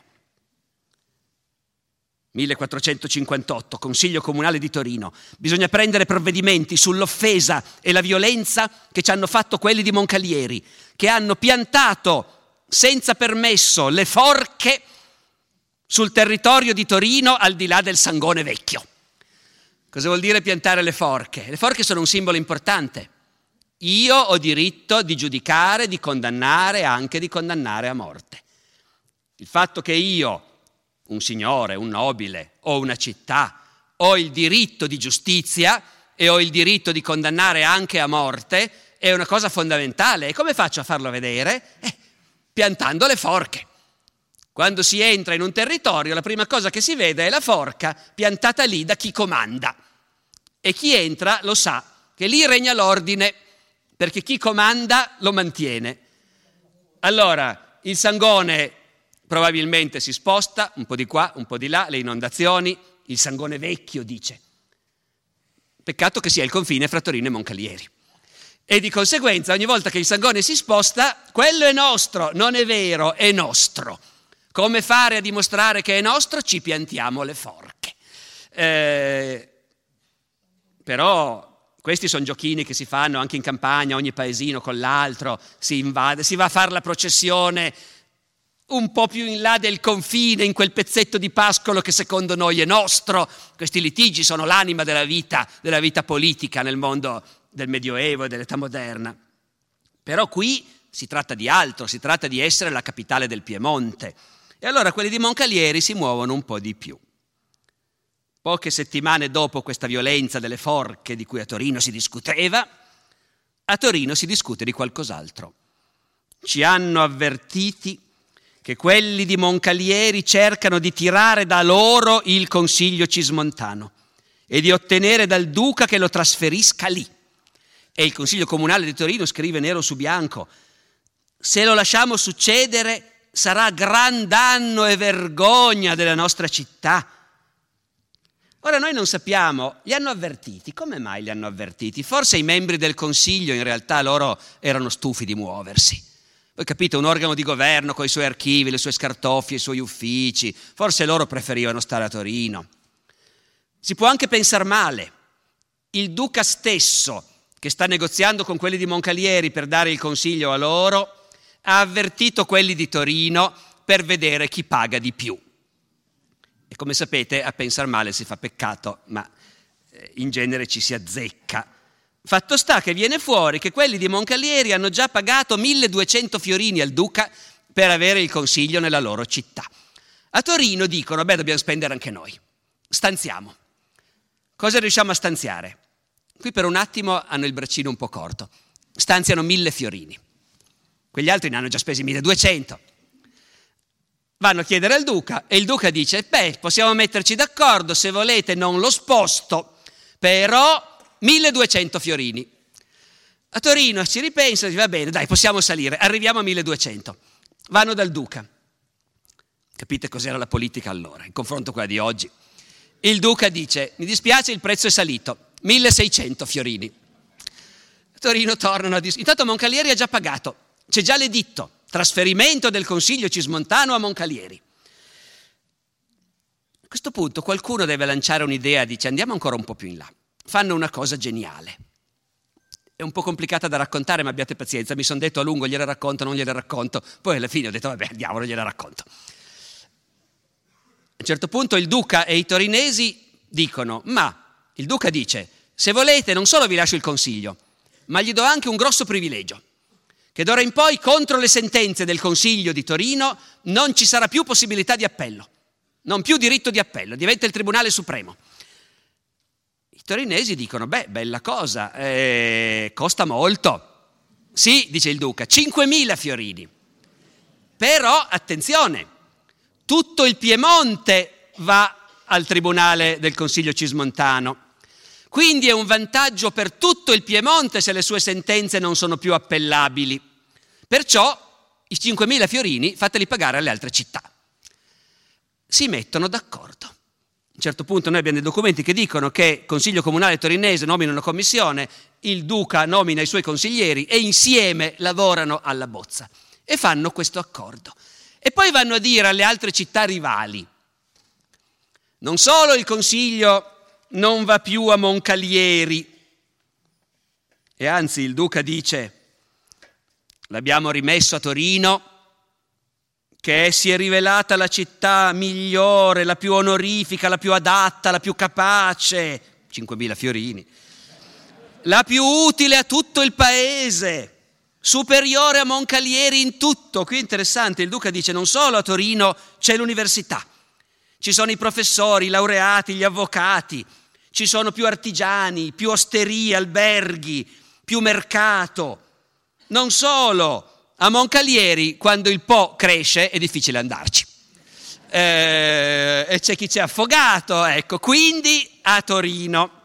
millequattrocentocinquantotto, Consiglio Comunale di Torino. Bisogna prendere provvedimenti sull'offesa e la violenza che ci hanno fatto quelli di Moncalieri, che hanno piantato senza permesso le forche sul territorio di Torino al di là del Sangone Vecchio. Cosa vuol dire piantare le forche? Le forche sono un simbolo importante. Io ho diritto di giudicare, di condannare, anche di condannare a morte. Il fatto che io, un signore, un nobile o una città, ho il diritto di giustizia e ho il diritto di condannare anche a morte è una cosa fondamentale. E come faccio a farlo vedere? Eh, piantando le forche. Quando si entra in un territorio, la prima cosa che si vede è la forca piantata lì da chi comanda. E chi entra lo sa che lì regna l'ordine, perché chi comanda lo mantiene. Allora, il Sangone probabilmente si sposta, un po' di qua, un po' di là, le inondazioni, il Sangone Vecchio dice. Peccato che sia il confine fra Torino e Moncalieri. E di conseguenza ogni volta che il Sangone si sposta, quello è nostro, non è vero, è nostro. Come fare a dimostrare che è nostro? Ci piantiamo le forche. Eh, però questi sono giochini che si fanno anche in campagna, ogni paesino con l'altro, si invade, si va a fare la processione un po' più in là del confine, in quel pezzetto di pascolo che secondo noi è nostro. Questi litigi sono l'anima della vita, della vita politica nel mondo del Medioevo e dell'età moderna. Però qui si tratta di altro, si tratta di essere la capitale del Piemonte. E allora quelli di Moncalieri si muovono un po' di più. Poche settimane dopo questa violenza delle forche di cui a Torino si discuteva, a Torino si discute di qualcos'altro. Ci hanno avvertiti che quelli di Moncalieri cercano di tirare da loro il Consiglio Cismontano e di ottenere dal duca che lo trasferisca lì. E il Consiglio Comunale di Torino scrive nero su bianco: se lo lasciamo succedere sarà gran danno e vergogna della nostra città. Ora noi non sappiamo, li hanno avvertiti, come mai li hanno avvertiti? Forse i membri del Consiglio in realtà loro erano stufi di muoversi. Voi capite, un organo di governo con i suoi archivi, le sue scartoffie, i suoi uffici, forse loro preferivano stare a Torino. Si può anche pensare male. Il duca stesso, che sta negoziando con quelli di Moncalieri per dare il consiglio a loro, ha avvertito quelli di Torino per vedere chi paga di più. E come sapete, a pensare male si fa peccato, ma in genere ci si azzecca. Fatto sta che viene fuori che quelli di Moncalieri hanno già pagato milleduecento fiorini al duca per avere il consiglio nella loro città. A Torino dicono: beh, dobbiamo spendere anche noi, stanziamo. Cosa riusciamo a stanziare? Qui per un attimo hanno il braccino un po' corto. Stanziano mille fiorini. Quegli altri ne hanno già spesi milleduecento. Vanno a chiedere al duca e il duca dice: beh, possiamo metterci d'accordo, se volete non lo sposto, però milleduecento fiorini. A Torino ci ripensa e dice: va bene, dai, possiamo salire, arriviamo a milleduecento. Vanno dal duca. Capite cos'era la politica allora, in confronto a quella di oggi? Il duca dice: mi dispiace, il prezzo è salito, milleseicento fiorini. A Torino tornano a dire: intanto Moncalieri ha già pagato, c'è già l'editto, trasferimento del Consiglio Cismontano a Moncalieri. A questo punto qualcuno deve lanciare un'idea, dice: andiamo ancora un po' più in là. Fanno una cosa geniale. È un po' complicata da raccontare, ma abbiate pazienza, mi sono detto a lungo gliela racconto, non gliela racconto, poi alla fine ho detto vabbè, andiamo, gliela racconto. A un certo punto il duca e i torinesi dicono: ma il duca dice, se volete non solo vi lascio il consiglio, ma gli do anche un grosso privilegio, che d'ora in poi contro le sentenze del Consiglio di Torino non ci sarà più possibilità di appello, non più diritto di appello, diventa il Tribunale Supremo. I torinesi dicono: beh, bella cosa, eh, costa molto. Sì, dice il duca, cinquemila fiorini. Però, attenzione, tutto il Piemonte va al Tribunale del Consiglio Cismontano. Quindi è un vantaggio per tutto il Piemonte se le sue sentenze non sono più appellabili. Perciò i cinquemila fiorini fateli pagare alle altre città. Si mettono d'accordo. A un certo punto noi abbiamo dei documenti che dicono che il Consiglio Comunale torinese nomina una commissione, il duca nomina i suoi consiglieri e insieme lavorano alla bozza e fanno questo accordo. E poi vanno a dire alle altre città rivali: non solo il Consiglio non va più a Moncalieri, e anzi il duca dice: l'abbiamo rimesso a Torino, che si è rivelata la città migliore, la più onorifica, la più adatta, la più capace, cinquemila fiorini, la più utile a tutto il paese, superiore a Moncalieri in tutto. Qui è interessante, il duca dice: non solo a Torino c'è l'università, ci sono i professori, i laureati, gli avvocati, ci sono più artigiani, più osterie, alberghi, più mercato. Non solo, a Moncalieri quando il Po cresce è difficile andarci. Eh, e c'è chi c'è affogato, ecco, quindi a Torino.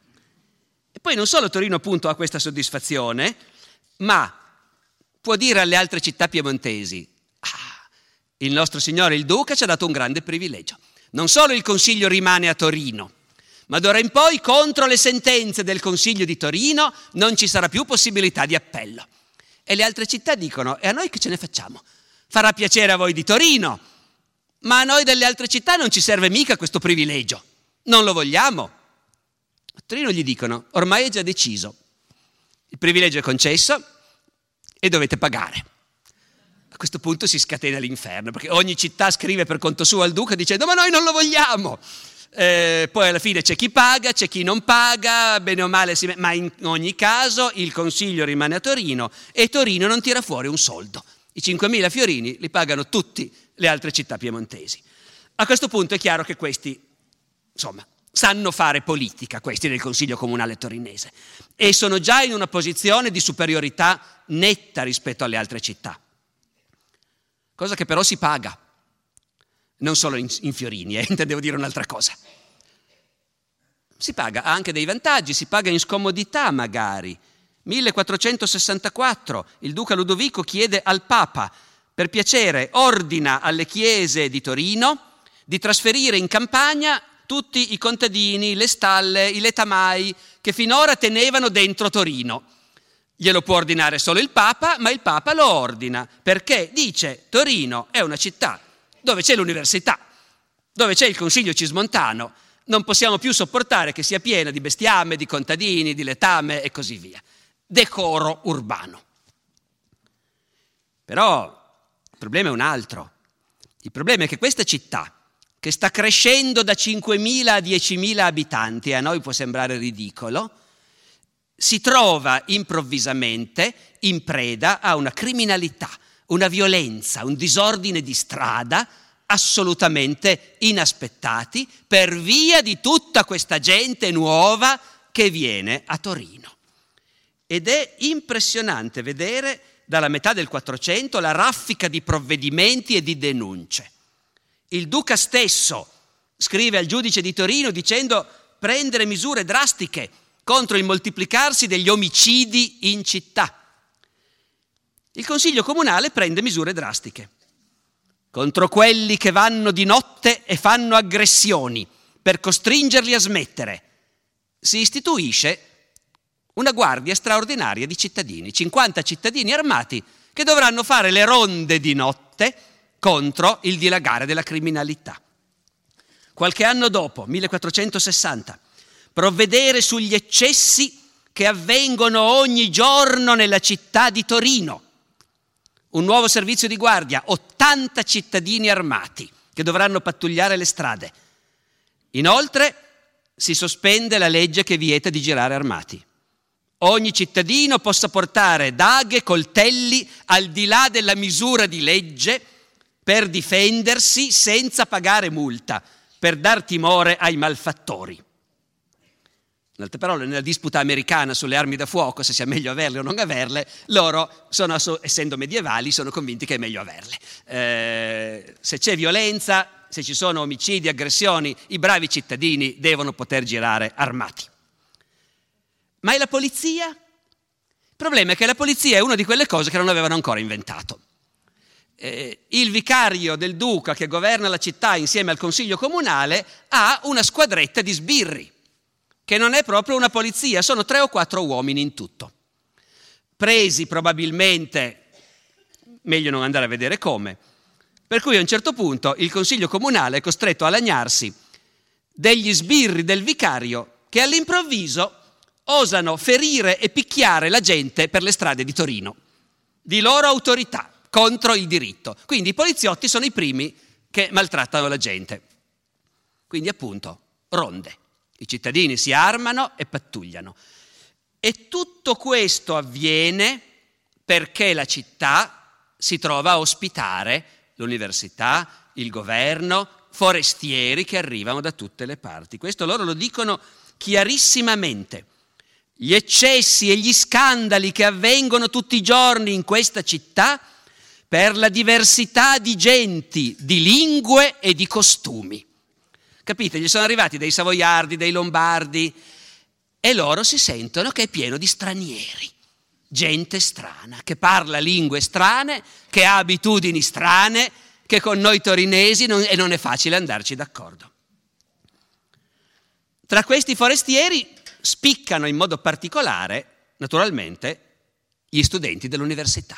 E poi non solo Torino appunto ha questa soddisfazione, ma può dire alle altre città piemontesi: ah, il nostro signore il duca ci ha dato un grande privilegio. Non solo il Consiglio rimane a Torino, ma d'ora in poi contro le sentenze del Consiglio di Torino non ci sarà più possibilità di appello. E le altre città dicono: e a noi che ce ne facciamo? Farà piacere a voi di Torino, ma a noi delle altre città non ci serve mica questo privilegio, non lo vogliamo. A Torino gli dicono: ormai è già deciso, il privilegio è concesso e dovete pagare. A questo punto si scatena l'inferno, perché ogni città scrive per conto suo al duca dicendo: ma noi non lo vogliamo. Eh, poi alla fine c'è chi paga, c'è chi non paga, bene o male, si... ma in ogni caso il consiglio rimane a Torino e Torino non tira fuori un soldo. I cinquemila fiorini li pagano tutte le altre città piemontesi. A questo punto è chiaro che questi, insomma, sanno fare politica, questi del Consiglio Comunale torinese, e sono già in una posizione di superiorità netta rispetto alle altre città. Cosa che però si paga. Non solo in, in fiorini, eh, intendevo dire un'altra cosa. Si paga, ha anche dei vantaggi, si paga in scomodità magari. millequattrocentosessantaquattro, il duca Ludovico chiede al Papa, per piacere, ordina alle chiese di Torino di trasferire in campagna tutti i contadini, le stalle, i letamai che finora tenevano dentro Torino. Glielo può ordinare solo il Papa, ma il Papa lo ordina, perché dice: Torino è una città dove c'è l'università, dove c'è il Consiglio Cismontano, non possiamo più sopportare che sia piena di bestiame, di contadini, di letame e così via. Decoro urbano. Però il problema è un altro. Il problema è che questa città, che sta crescendo da cinquemila a diecimila abitanti, e a noi può sembrare ridicolo, si trova improvvisamente in preda a una criminalità, una violenza, un disordine di strada assolutamente inaspettati per via di tutta questa gente nuova che viene a Torino. Ed è impressionante vedere dalla metà del Quattrocento la raffica di provvedimenti e di denunce. Il duca stesso scrive al giudice di Torino dicendo prendere misure drastiche contro il moltiplicarsi degli omicidi in città. Il Consiglio Comunale prende misure drastiche contro quelli che vanno di notte e fanno aggressioni per costringerli a smettere. Si istituisce una guardia straordinaria di cittadini, cinquanta cittadini armati che dovranno fare le ronde di notte contro il dilagare della criminalità. Qualche anno dopo, millequattrocentosessanta, provvedere sugli eccessi che avvengono ogni giorno nella città di Torino. Un nuovo servizio di guardia, ottanta cittadini armati che dovranno pattugliare le strade. Inoltre si sospende la legge che vieta di girare armati. Ogni cittadino possa portare daghe, coltelli al di là della misura di legge per difendersi senza pagare multa, per dar timore ai malfattori. In altre parole, nella disputa americana sulle armi da fuoco, se sia meglio averle o non averle, loro, sono, essendo medievali, sono convinti che è meglio averle. Eh, se c'è violenza, se ci sono omicidi, aggressioni, i bravi cittadini devono poter girare armati. Ma è la polizia? Il problema è che la polizia è una di quelle cose che non avevano ancora inventato. Eh, il vicario del duca che governa la città insieme al consiglio comunale ha una squadretta di sbirri, che non è proprio una polizia, sono tre o quattro uomini in tutto. Presi probabilmente, meglio non andare a vedere come, per cui a un certo punto il consiglio comunale è costretto a lagnarsi degli sbirri del vicario che all'improvviso osano ferire e picchiare la gente per le strade di Torino, di loro autorità, contro il diritto. Quindi i poliziotti sono i primi che maltrattano la gente. Quindi appunto, ronde. I cittadini si armano e pattugliano. E tutto questo avviene perché la città si trova a ospitare l'università, il governo, forestieri che arrivano da tutte le parti. Questo loro lo dicono chiarissimamente. Gli eccessi e gli scandali che avvengono tutti i giorni in questa città per la diversità di genti, di lingue e di costumi. Capite? Gli sono arrivati dei savoiardi, dei lombardi e loro si sentono che è pieno di stranieri, gente strana, che parla lingue strane, che ha abitudini strane, che con noi torinesi non, e non è facile andarci d'accordo. Tra questi forestieri spiccano in modo particolare, naturalmente, gli studenti dell'università.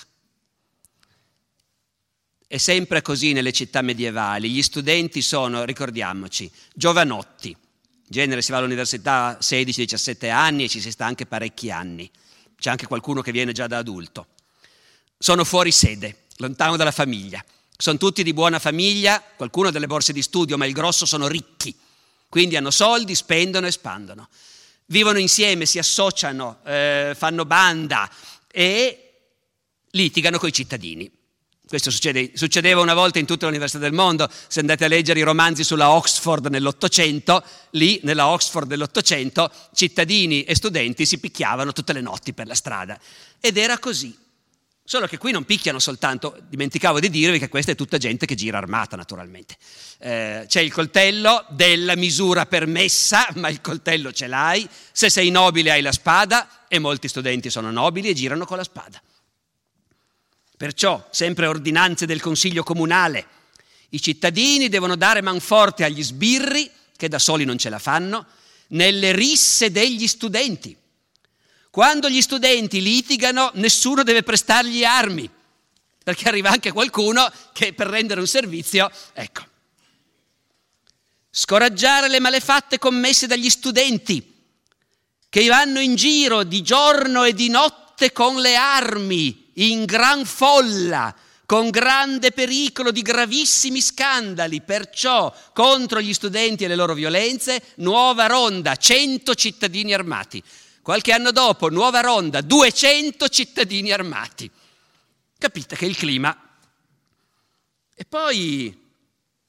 È sempre così nelle città medievali, gli studenti sono, ricordiamoci, giovanotti, in genere si va all'università a sedici diciassette anni e ci si sta anche parecchi anni, c'è anche qualcuno che viene già da adulto. Sono fuori sede, lontano dalla famiglia, sono tutti di buona famiglia, qualcuno ha delle borse di studio, ma il grosso sono ricchi, quindi hanno soldi, spendono e spandono. Vivono insieme, si associano, eh, fanno banda e litigano coi cittadini. Questo succede, succedeva una volta in tutte le università del mondo. Se andate a leggere i romanzi sulla Oxford nell'Ottocento, lì nella Oxford dell'Ottocento cittadini e studenti si picchiavano tutte le notti per la strada. Ed era così. Solo che qui non picchiano soltanto, dimenticavo di dirvi che questa è tutta gente che gira armata naturalmente. Eh, c'è il coltello della misura permessa, ma il coltello ce l'hai. Se sei nobile hai la spada e molti studenti sono nobili e girano con la spada. Perciò, sempre ordinanze del Consiglio Comunale, i cittadini devono dare manforte agli sbirri, che da soli non ce la fanno, nelle risse degli studenti. Quando gli studenti litigano, nessuno deve prestargli armi, perché arriva anche qualcuno che per rendere un servizio, ecco. Scoraggiare le malefatte commesse dagli studenti, che vanno in giro di giorno e di notte con le armi, in gran folla, con grande pericolo di gravissimi scandali. Perciò contro gli studenti e le loro violenze, nuova ronda, cento cittadini armati. Qualche anno dopo, nuova ronda, duecento cittadini armati. Capite che il clima. E poi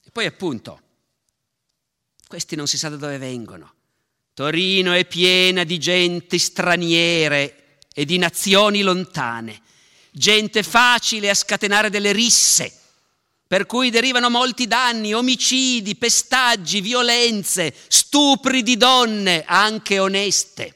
E poi appunto, questi non si sa da dove vengono. Torino è piena di genti straniere e di nazioni lontane, gente facile a scatenare delle risse, per cui derivano molti danni, omicidi, pestaggi, violenze, stupri di donne, anche oneste.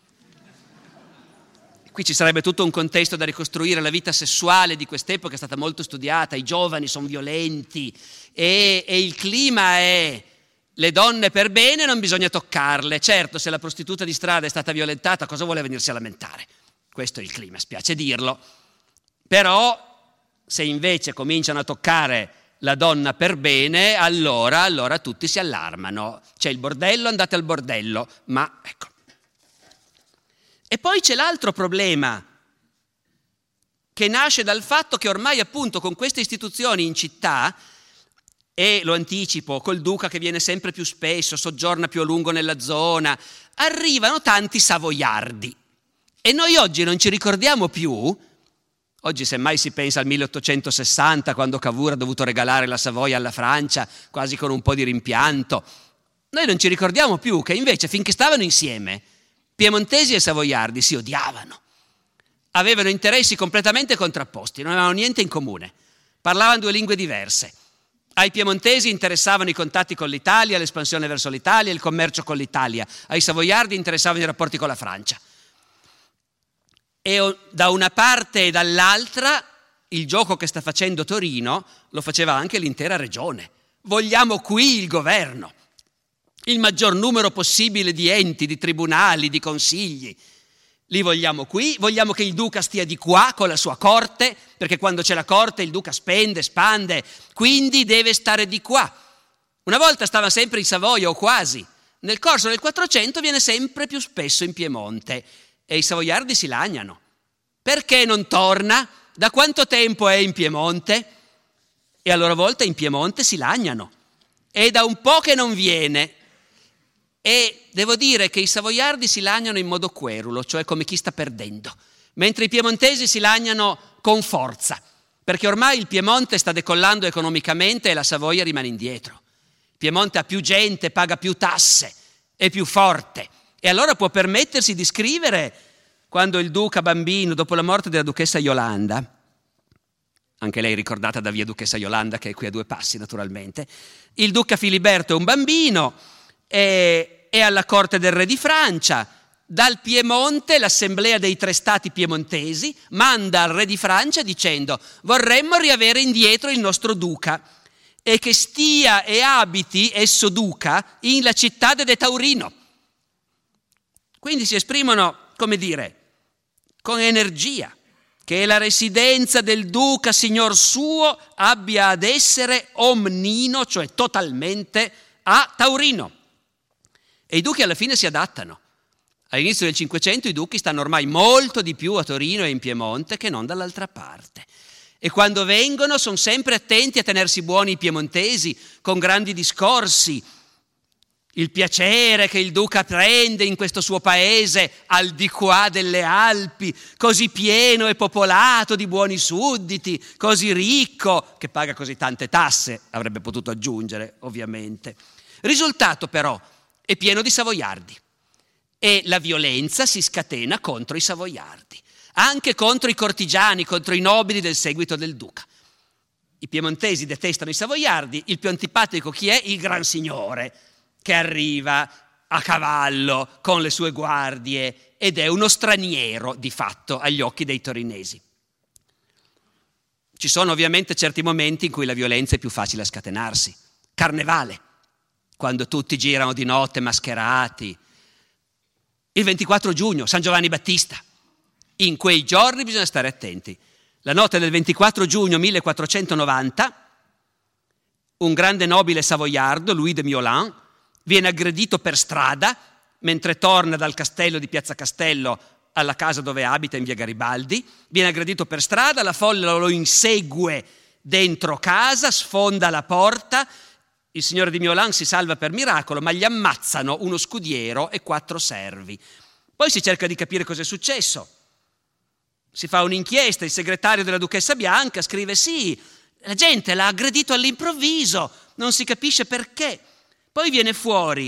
Qui ci sarebbe tutto un contesto da ricostruire. La vita sessuale di quest'epoca è stata molto studiata, i giovani sono violenti e, e il clima è: le donne per bene non bisogna toccarle. Certo, se la prostituta di strada è stata violentata, cosa vuole venirsi a lamentare? Questo è il clima, spiace dirlo. Però se invece cominciano a toccare la donna per bene, allora, allora tutti si allarmano. C'è il bordello, andate al bordello. Ma ecco. E poi c'è l'altro problema, che nasce dal fatto che ormai appunto con queste istituzioni in città, e lo anticipo, col duca che viene sempre più spesso, soggiorna più a lungo nella zona, arrivano tanti savoiardi. E noi oggi non ci ricordiamo più, oggi semmai si pensa al milleottocentosessanta, quando Cavour ha dovuto regalare la Savoia alla Francia, quasi con un po' di rimpianto. Noi non ci ricordiamo più che invece finché stavano insieme, piemontesi e savoiardi si odiavano, avevano interessi completamente contrapposti, non avevano niente in comune, parlavano due lingue diverse. Ai piemontesi interessavano i contatti con l'Italia, l'espansione verso l'Italia, il commercio con l'Italia. Ai savoiardi interessavano i rapporti con la Francia. E da una parte e dall'altra il gioco che sta facendo Torino lo faceva anche l'intera regione. Vogliamo qui il governo, il maggior numero possibile di enti, di tribunali, di consigli. Li vogliamo qui, vogliamo che il duca stia di qua con la sua corte, perché quando c'è la corte il duca spende, spande, quindi deve stare di qua. Una volta stava sempre in Savoia o quasi. Nel corso del Quattrocento viene sempre più spesso in Piemonte e i savoiardi si lagnano. Perché non torna? Da quanto tempo è in Piemonte? E a loro volta in Piemonte si lagnano. È da un po' che non viene. E devo dire che i savoiardi si lagnano in modo querulo, cioè come chi sta perdendo, mentre i piemontesi si lagnano con forza, perché ormai il Piemonte sta decollando economicamente e la Savoia rimane indietro. Il Piemonte ha più gente, paga più tasse, è più forte e allora può permettersi di scrivere, quando il duca bambino, dopo la morte della duchessa Yolanda, anche lei ricordata da via Duchessa Yolanda, che è qui a due passi naturalmente, il duca Filiberto è un bambino, è è alla corte del re di Francia. Dal Piemonte l'assemblea dei tre stati piemontesi manda al re di Francia dicendo: vorremmo riavere indietro il nostro duca e che stia e abiti esso duca in la città de Taurino. Quindi si esprimono, come dire, con energia, che la residenza del duca signor suo abbia ad essere omnino, cioè totalmente, a Taurino. E i duchi alla fine si adattano. All'inizio del Cinquecento i duchi stanno ormai molto di più a Torino e in Piemonte che non dall'altra parte. E quando vengono sono sempre attenti a tenersi buoni i piemontesi, con grandi discorsi. Il piacere che il duca prende in questo suo paese al di qua delle Alpi, così pieno e popolato di buoni sudditi, così ricco, che paga così tante tasse, avrebbe potuto aggiungere ovviamente. Risultato però, è pieno di savoiardi e la violenza si scatena contro i savoiardi, anche contro i cortigiani, contro i nobili del seguito del duca. I piemontesi detestano i savoiardi, il più antipatico chi è? Il gran signore, che arriva a cavallo con le sue guardie ed è uno straniero di fatto agli occhi dei torinesi. Ci sono ovviamente certi momenti in cui la violenza è più facile a scatenarsi. Carnevale, quando tutti girano di notte mascherati. Il ventiquattro giugno, San Giovanni Battista. In quei giorni bisogna stare attenti. La notte del ventiquattro giugno millequattrocentonovanta, un grande nobile savoiardo, Louis de Miolan, viene aggredito per strada mentre torna dal castello di Piazza Castello alla casa dove abita in via Garibaldi. Viene aggredito per strada, la folla lo insegue dentro casa, sfonda la porta. Il signore di Miolan si salva per miracolo, ma gli ammazzano uno scudiero e quattro servi. Poi si cerca di capire cosa è successo. Si fa un'inchiesta, il segretario della duchessa Bianca scrive: sì, La gente l'ha aggredito all'improvviso, non si capisce perché. Poi viene fuori,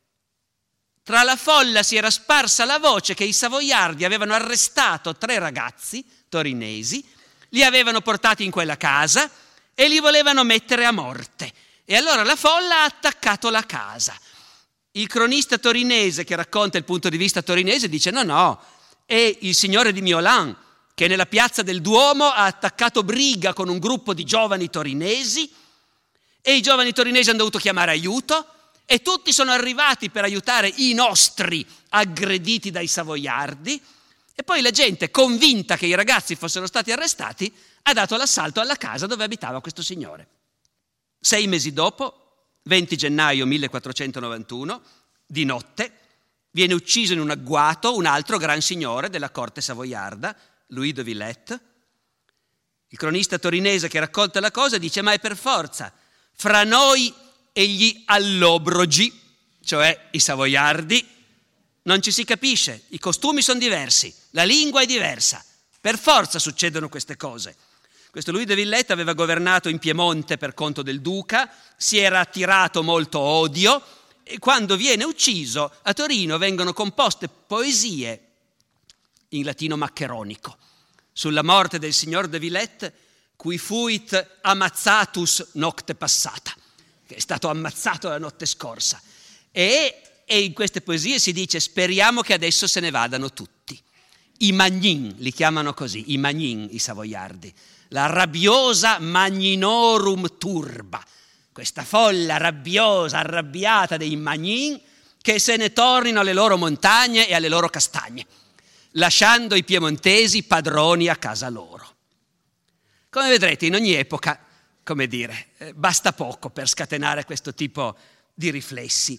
tra la folla si era sparsa la voce che i savoiardi avevano arrestato tre ragazzi torinesi, li avevano portati in quella casa e li volevano mettere a morte. E allora la folla ha attaccato la casa. Il cronista torinese che racconta il punto di vista torinese dice no, no, è il signore di Miolan che nella piazza del Duomo ha attaccato briga con un gruppo di giovani torinesi e i giovani torinesi hanno dovuto chiamare aiuto e tutti sono arrivati per aiutare i nostri aggrediti dai savoiardi e poi la gente, convinta che i ragazzi fossero stati arrestati, ha dato l'assalto alla casa dove abitava questo signore. Sei mesi dopo, venti gennaio millequattrocentonovantuno, di notte, viene ucciso in un agguato un altro gran signore della corte savoiarda, Louis de Villette. Il cronista torinese che racconta la cosa dice ma è per forza, fra noi e gli allobrogi, cioè i savoiardi, non ci si capisce, i costumi sono diversi, la lingua è diversa, per forza succedono queste cose. Questo Louis de Villette aveva governato in Piemonte per conto del duca, si era attirato molto odio e quando viene ucciso a Torino vengono composte poesie in latino maccheronico sulla morte del signor de Villette, cui fuit ammazzatus nocte passata, che è stato ammazzato la notte scorsa. E, e in queste poesie si dice speriamo che adesso se ne vadano tutti. I magnin, li chiamano così, i magnin, i savoiardi. La rabbiosa magninorum turba, questa folla rabbiosa, arrabbiata dei magnin che se ne tornino alle loro montagne e alle loro castagne, lasciando i piemontesi padroni a casa loro. Come vedrete, in ogni epoca, come dire, eh, basta poco per scatenare questo tipo di riflessi.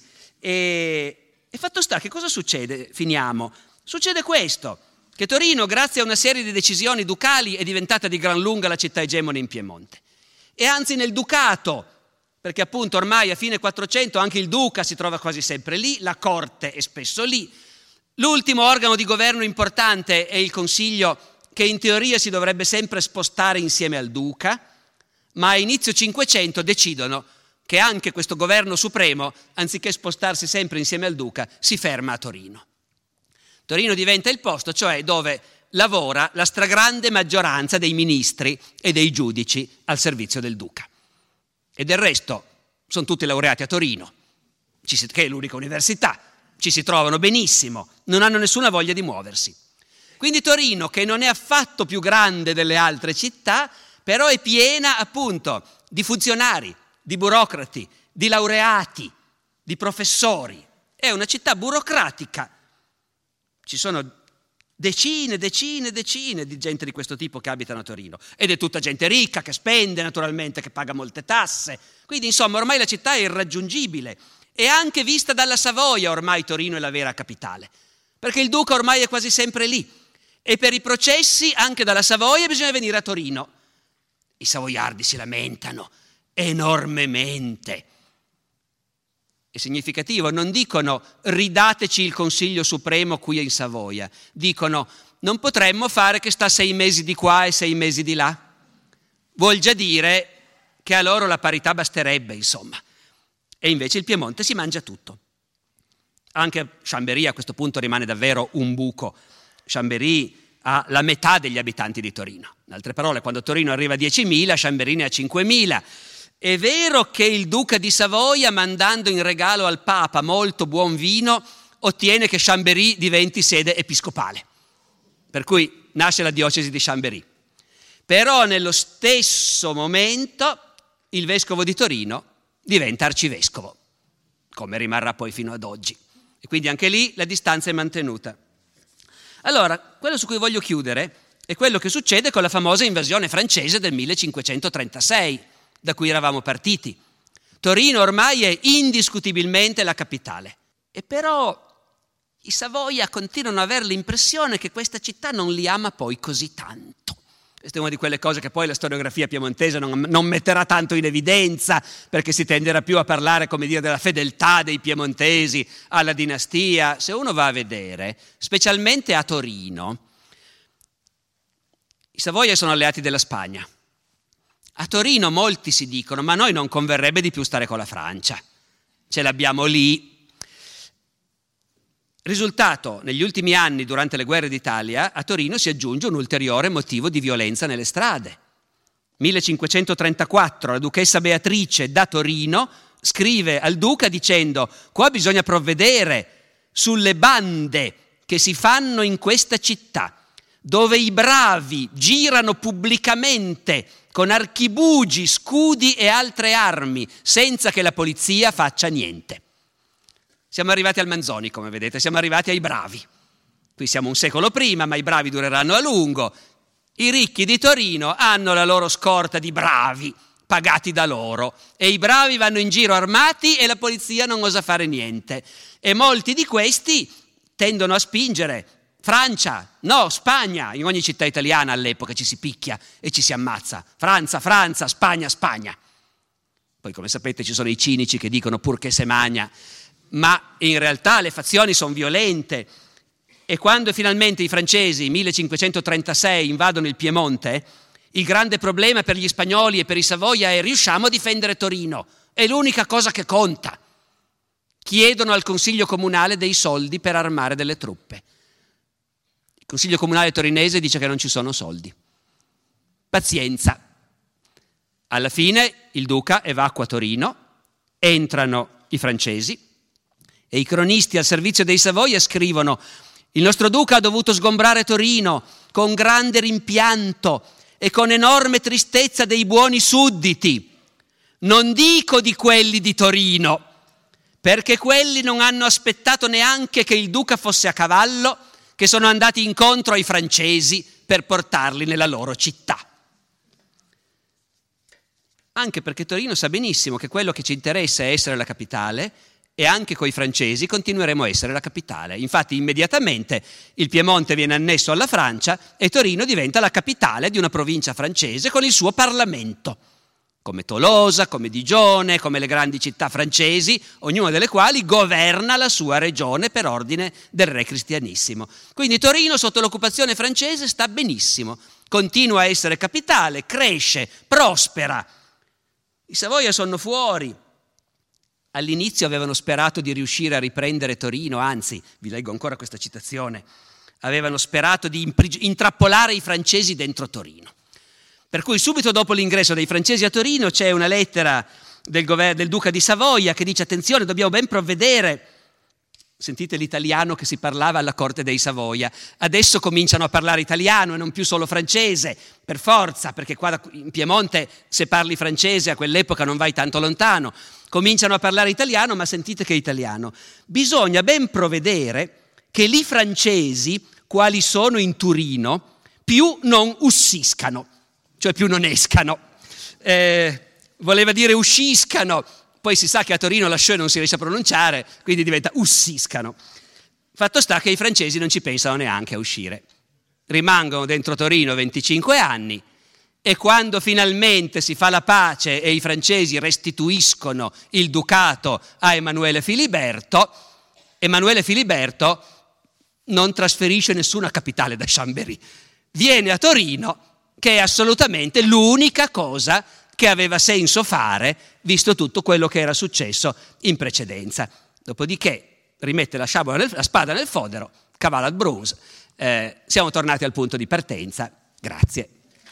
E, e fatto sta, che cosa succede? Finiamo. Succede questo, che Torino, grazie a una serie di decisioni ducali, è diventata di gran lunga la città egemone in Piemonte. E anzi nel ducato, perché appunto ormai a fine quattrocento anche il duca si trova quasi sempre lì, la corte è spesso lì. L'ultimo organo di governo importante è il Consiglio, che in teoria si dovrebbe sempre spostare insieme al duca, ma a inizio Cinquecento decidono che anche questo governo supremo, anziché spostarsi sempre insieme al duca, si ferma a Torino. Torino diventa il posto, cioè dove lavora la stragrande maggioranza dei ministri e dei giudici al servizio del duca. E del resto sono tutti laureati a Torino, che è l'unica università, ci si trovano benissimo, non hanno nessuna voglia di muoversi. Quindi Torino, che non è affatto più grande delle altre città, però è piena appunto di funzionari, di burocrati, di laureati, di professori. È una città burocratica. Ci sono decine, decine, decine di gente di questo tipo che abitano a Torino. Ed è tutta gente ricca, che spende naturalmente, che paga molte tasse. Quindi insomma ormai la città è irraggiungibile. E anche vista dalla Savoia ormai Torino è la vera capitale. Perché il duca ormai è quasi sempre lì. E per i processi anche dalla Savoia bisogna venire a Torino. I savoiardi si lamentano enormemente. È significativo, non dicono ridateci il Consiglio Supremo qui in Savoia, dicono non potremmo fare che sta sei mesi di qua e sei mesi di là. Vuol già dire che a loro la parità basterebbe, insomma. E invece il Piemonte si mangia tutto. Anche Chambéry a questo punto rimane davvero un buco. Chambéry ha la metà degli abitanti di Torino. In altre parole, quando Torino arriva a diecimila, Chambéry ne ha cinquemila. È vero che il duca di Savoia, mandando in regalo al Papa molto buon vino, ottiene che Chambéry diventi sede episcopale. Per cui nasce la diocesi di Chambéry. Però nello stesso momento il vescovo di Torino diventa arcivescovo, come rimarrà poi fino ad oggi. E quindi anche lì la distanza è mantenuta. Allora, quello su cui voglio chiudere è quello che succede con la famosa invasione francese del millecinquecentotrentasei, da cui eravamo partiti. Torino ormai è indiscutibilmente la capitale. E però i Savoia continuano ad avere l'impressione che questa città non li ama poi così tanto. Questa è una di quelle cose che poi la storiografia piemontese non, non metterà tanto in evidenza, perché si tenderà più a parlare, come dire, della fedeltà dei piemontesi alla dinastia. Se uno va a vedere, specialmente a Torino, i Savoia sono alleati della Spagna A Torino molti si dicono: ma a noi non converrebbe di più stare con la Francia, ce l'abbiamo lì. Risultato, negli ultimi anni, durante le guerre d'Italia, a Torino si aggiunge un ulteriore motivo di violenza nelle strade. millecinquecentotrentaquattro, la duchessa Beatrice da Torino scrive al duca dicendo: qua bisogna provvedere sulle bande che si fanno in questa città, dove i bravi girano pubblicamente con archibugi, scudi e altre armi, senza che la polizia faccia niente. Siamo arrivati al Manzoni, come vedete, siamo arrivati ai bravi. Qui siamo un secolo prima, ma i bravi dureranno a lungo. I ricchi di Torino hanno la loro scorta di bravi, pagati da loro, e i bravi vanno in giro armati e la polizia non osa fare niente. E molti di questi tendono a spingere Francia, no, Spagna. In ogni città italiana all'epoca ci si picchia e ci si ammazza. Francia, Francia, Spagna, Spagna. Poi, come sapete, ci sono i cinici che dicono pur che se magna, ma in realtà le fazioni sono violente. E quando finalmente i francesi, millecinquecentotrentasei, invadono il Piemonte, il grande problema per gli spagnoli e per i Savoia è: riusciamo a difendere Torino? È l'unica cosa che conta. Chiedono al Consiglio Comunale dei soldi per armare delle truppe. Il Consiglio Comunale torinese dice che non ci sono soldi. Pazienza. Alla fine il duca evacua Torino, entrano i francesi e i cronisti al servizio dei Savoia scrivono: il nostro duca ha dovuto sgombrare Torino con grande rimpianto e con enorme tristezza dei buoni sudditi. Non dico di quelli di Torino, perché quelli non hanno aspettato neanche che il duca fosse a cavallo, che sono andati incontro ai francesi per portarli nella loro città. Anche perché Torino sa benissimo che quello che ci interessa è essere la capitale, e anche coi francesi continueremo a essere la capitale. Infatti immediatamente il Piemonte viene annesso alla Francia e Torino diventa la capitale di una provincia francese con il suo Parlamento, come Tolosa, come Digione, come le grandi città francesi, ognuna delle quali governa la sua regione per ordine del re cristianissimo. Quindi Torino sotto l'occupazione francese sta benissimo, continua a essere capitale, cresce, prospera. I Savoia sono fuori. All'inizio avevano sperato di riuscire a riprendere Torino, anzi, vi leggo ancora questa citazione, avevano sperato di intrappolare i francesi dentro Torino. Per cui subito dopo l'ingresso dei francesi a Torino c'è una lettera del, gover- del duca di Savoia che dice: attenzione, dobbiamo ben provvedere. Sentite l'italiano che si parlava alla corte dei Savoia. Adesso cominciano a parlare italiano e non più solo francese, per forza, perché qua in Piemonte se parli francese a quell'epoca non vai tanto lontano. Cominciano a parlare italiano, ma sentite che italiano. Bisogna ben provvedere che li francesi, quali sono in Turino, più non ussiscano, cioè più non escano. Eh, voleva dire usciscano. Poi si sa che a Torino la sciò non si riesce a pronunciare, quindi diventa ussiscano. Fatto sta che i francesi non ci pensano neanche a uscire. Rimangono dentro Torino venticinque anni e quando finalmente si fa la pace e i francesi restituiscono il ducato a Emanuele Filiberto, Emanuele Filiberto non trasferisce nessuna capitale da Chambéry. Viene a Torino, che è assolutamente l'unica cosa che aveva senso fare, visto tutto quello che era successo in precedenza. Dopodiché rimette la, nel, la spada nel fodero, cavala al Bruns. Eh, siamo tornati al punto di partenza. Grazie.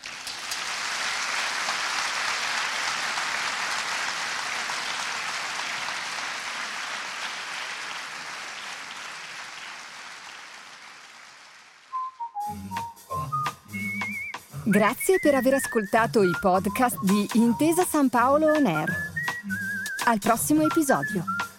Grazie per aver ascoltato i podcast di Intesa San Paolo On Air. Al prossimo episodio.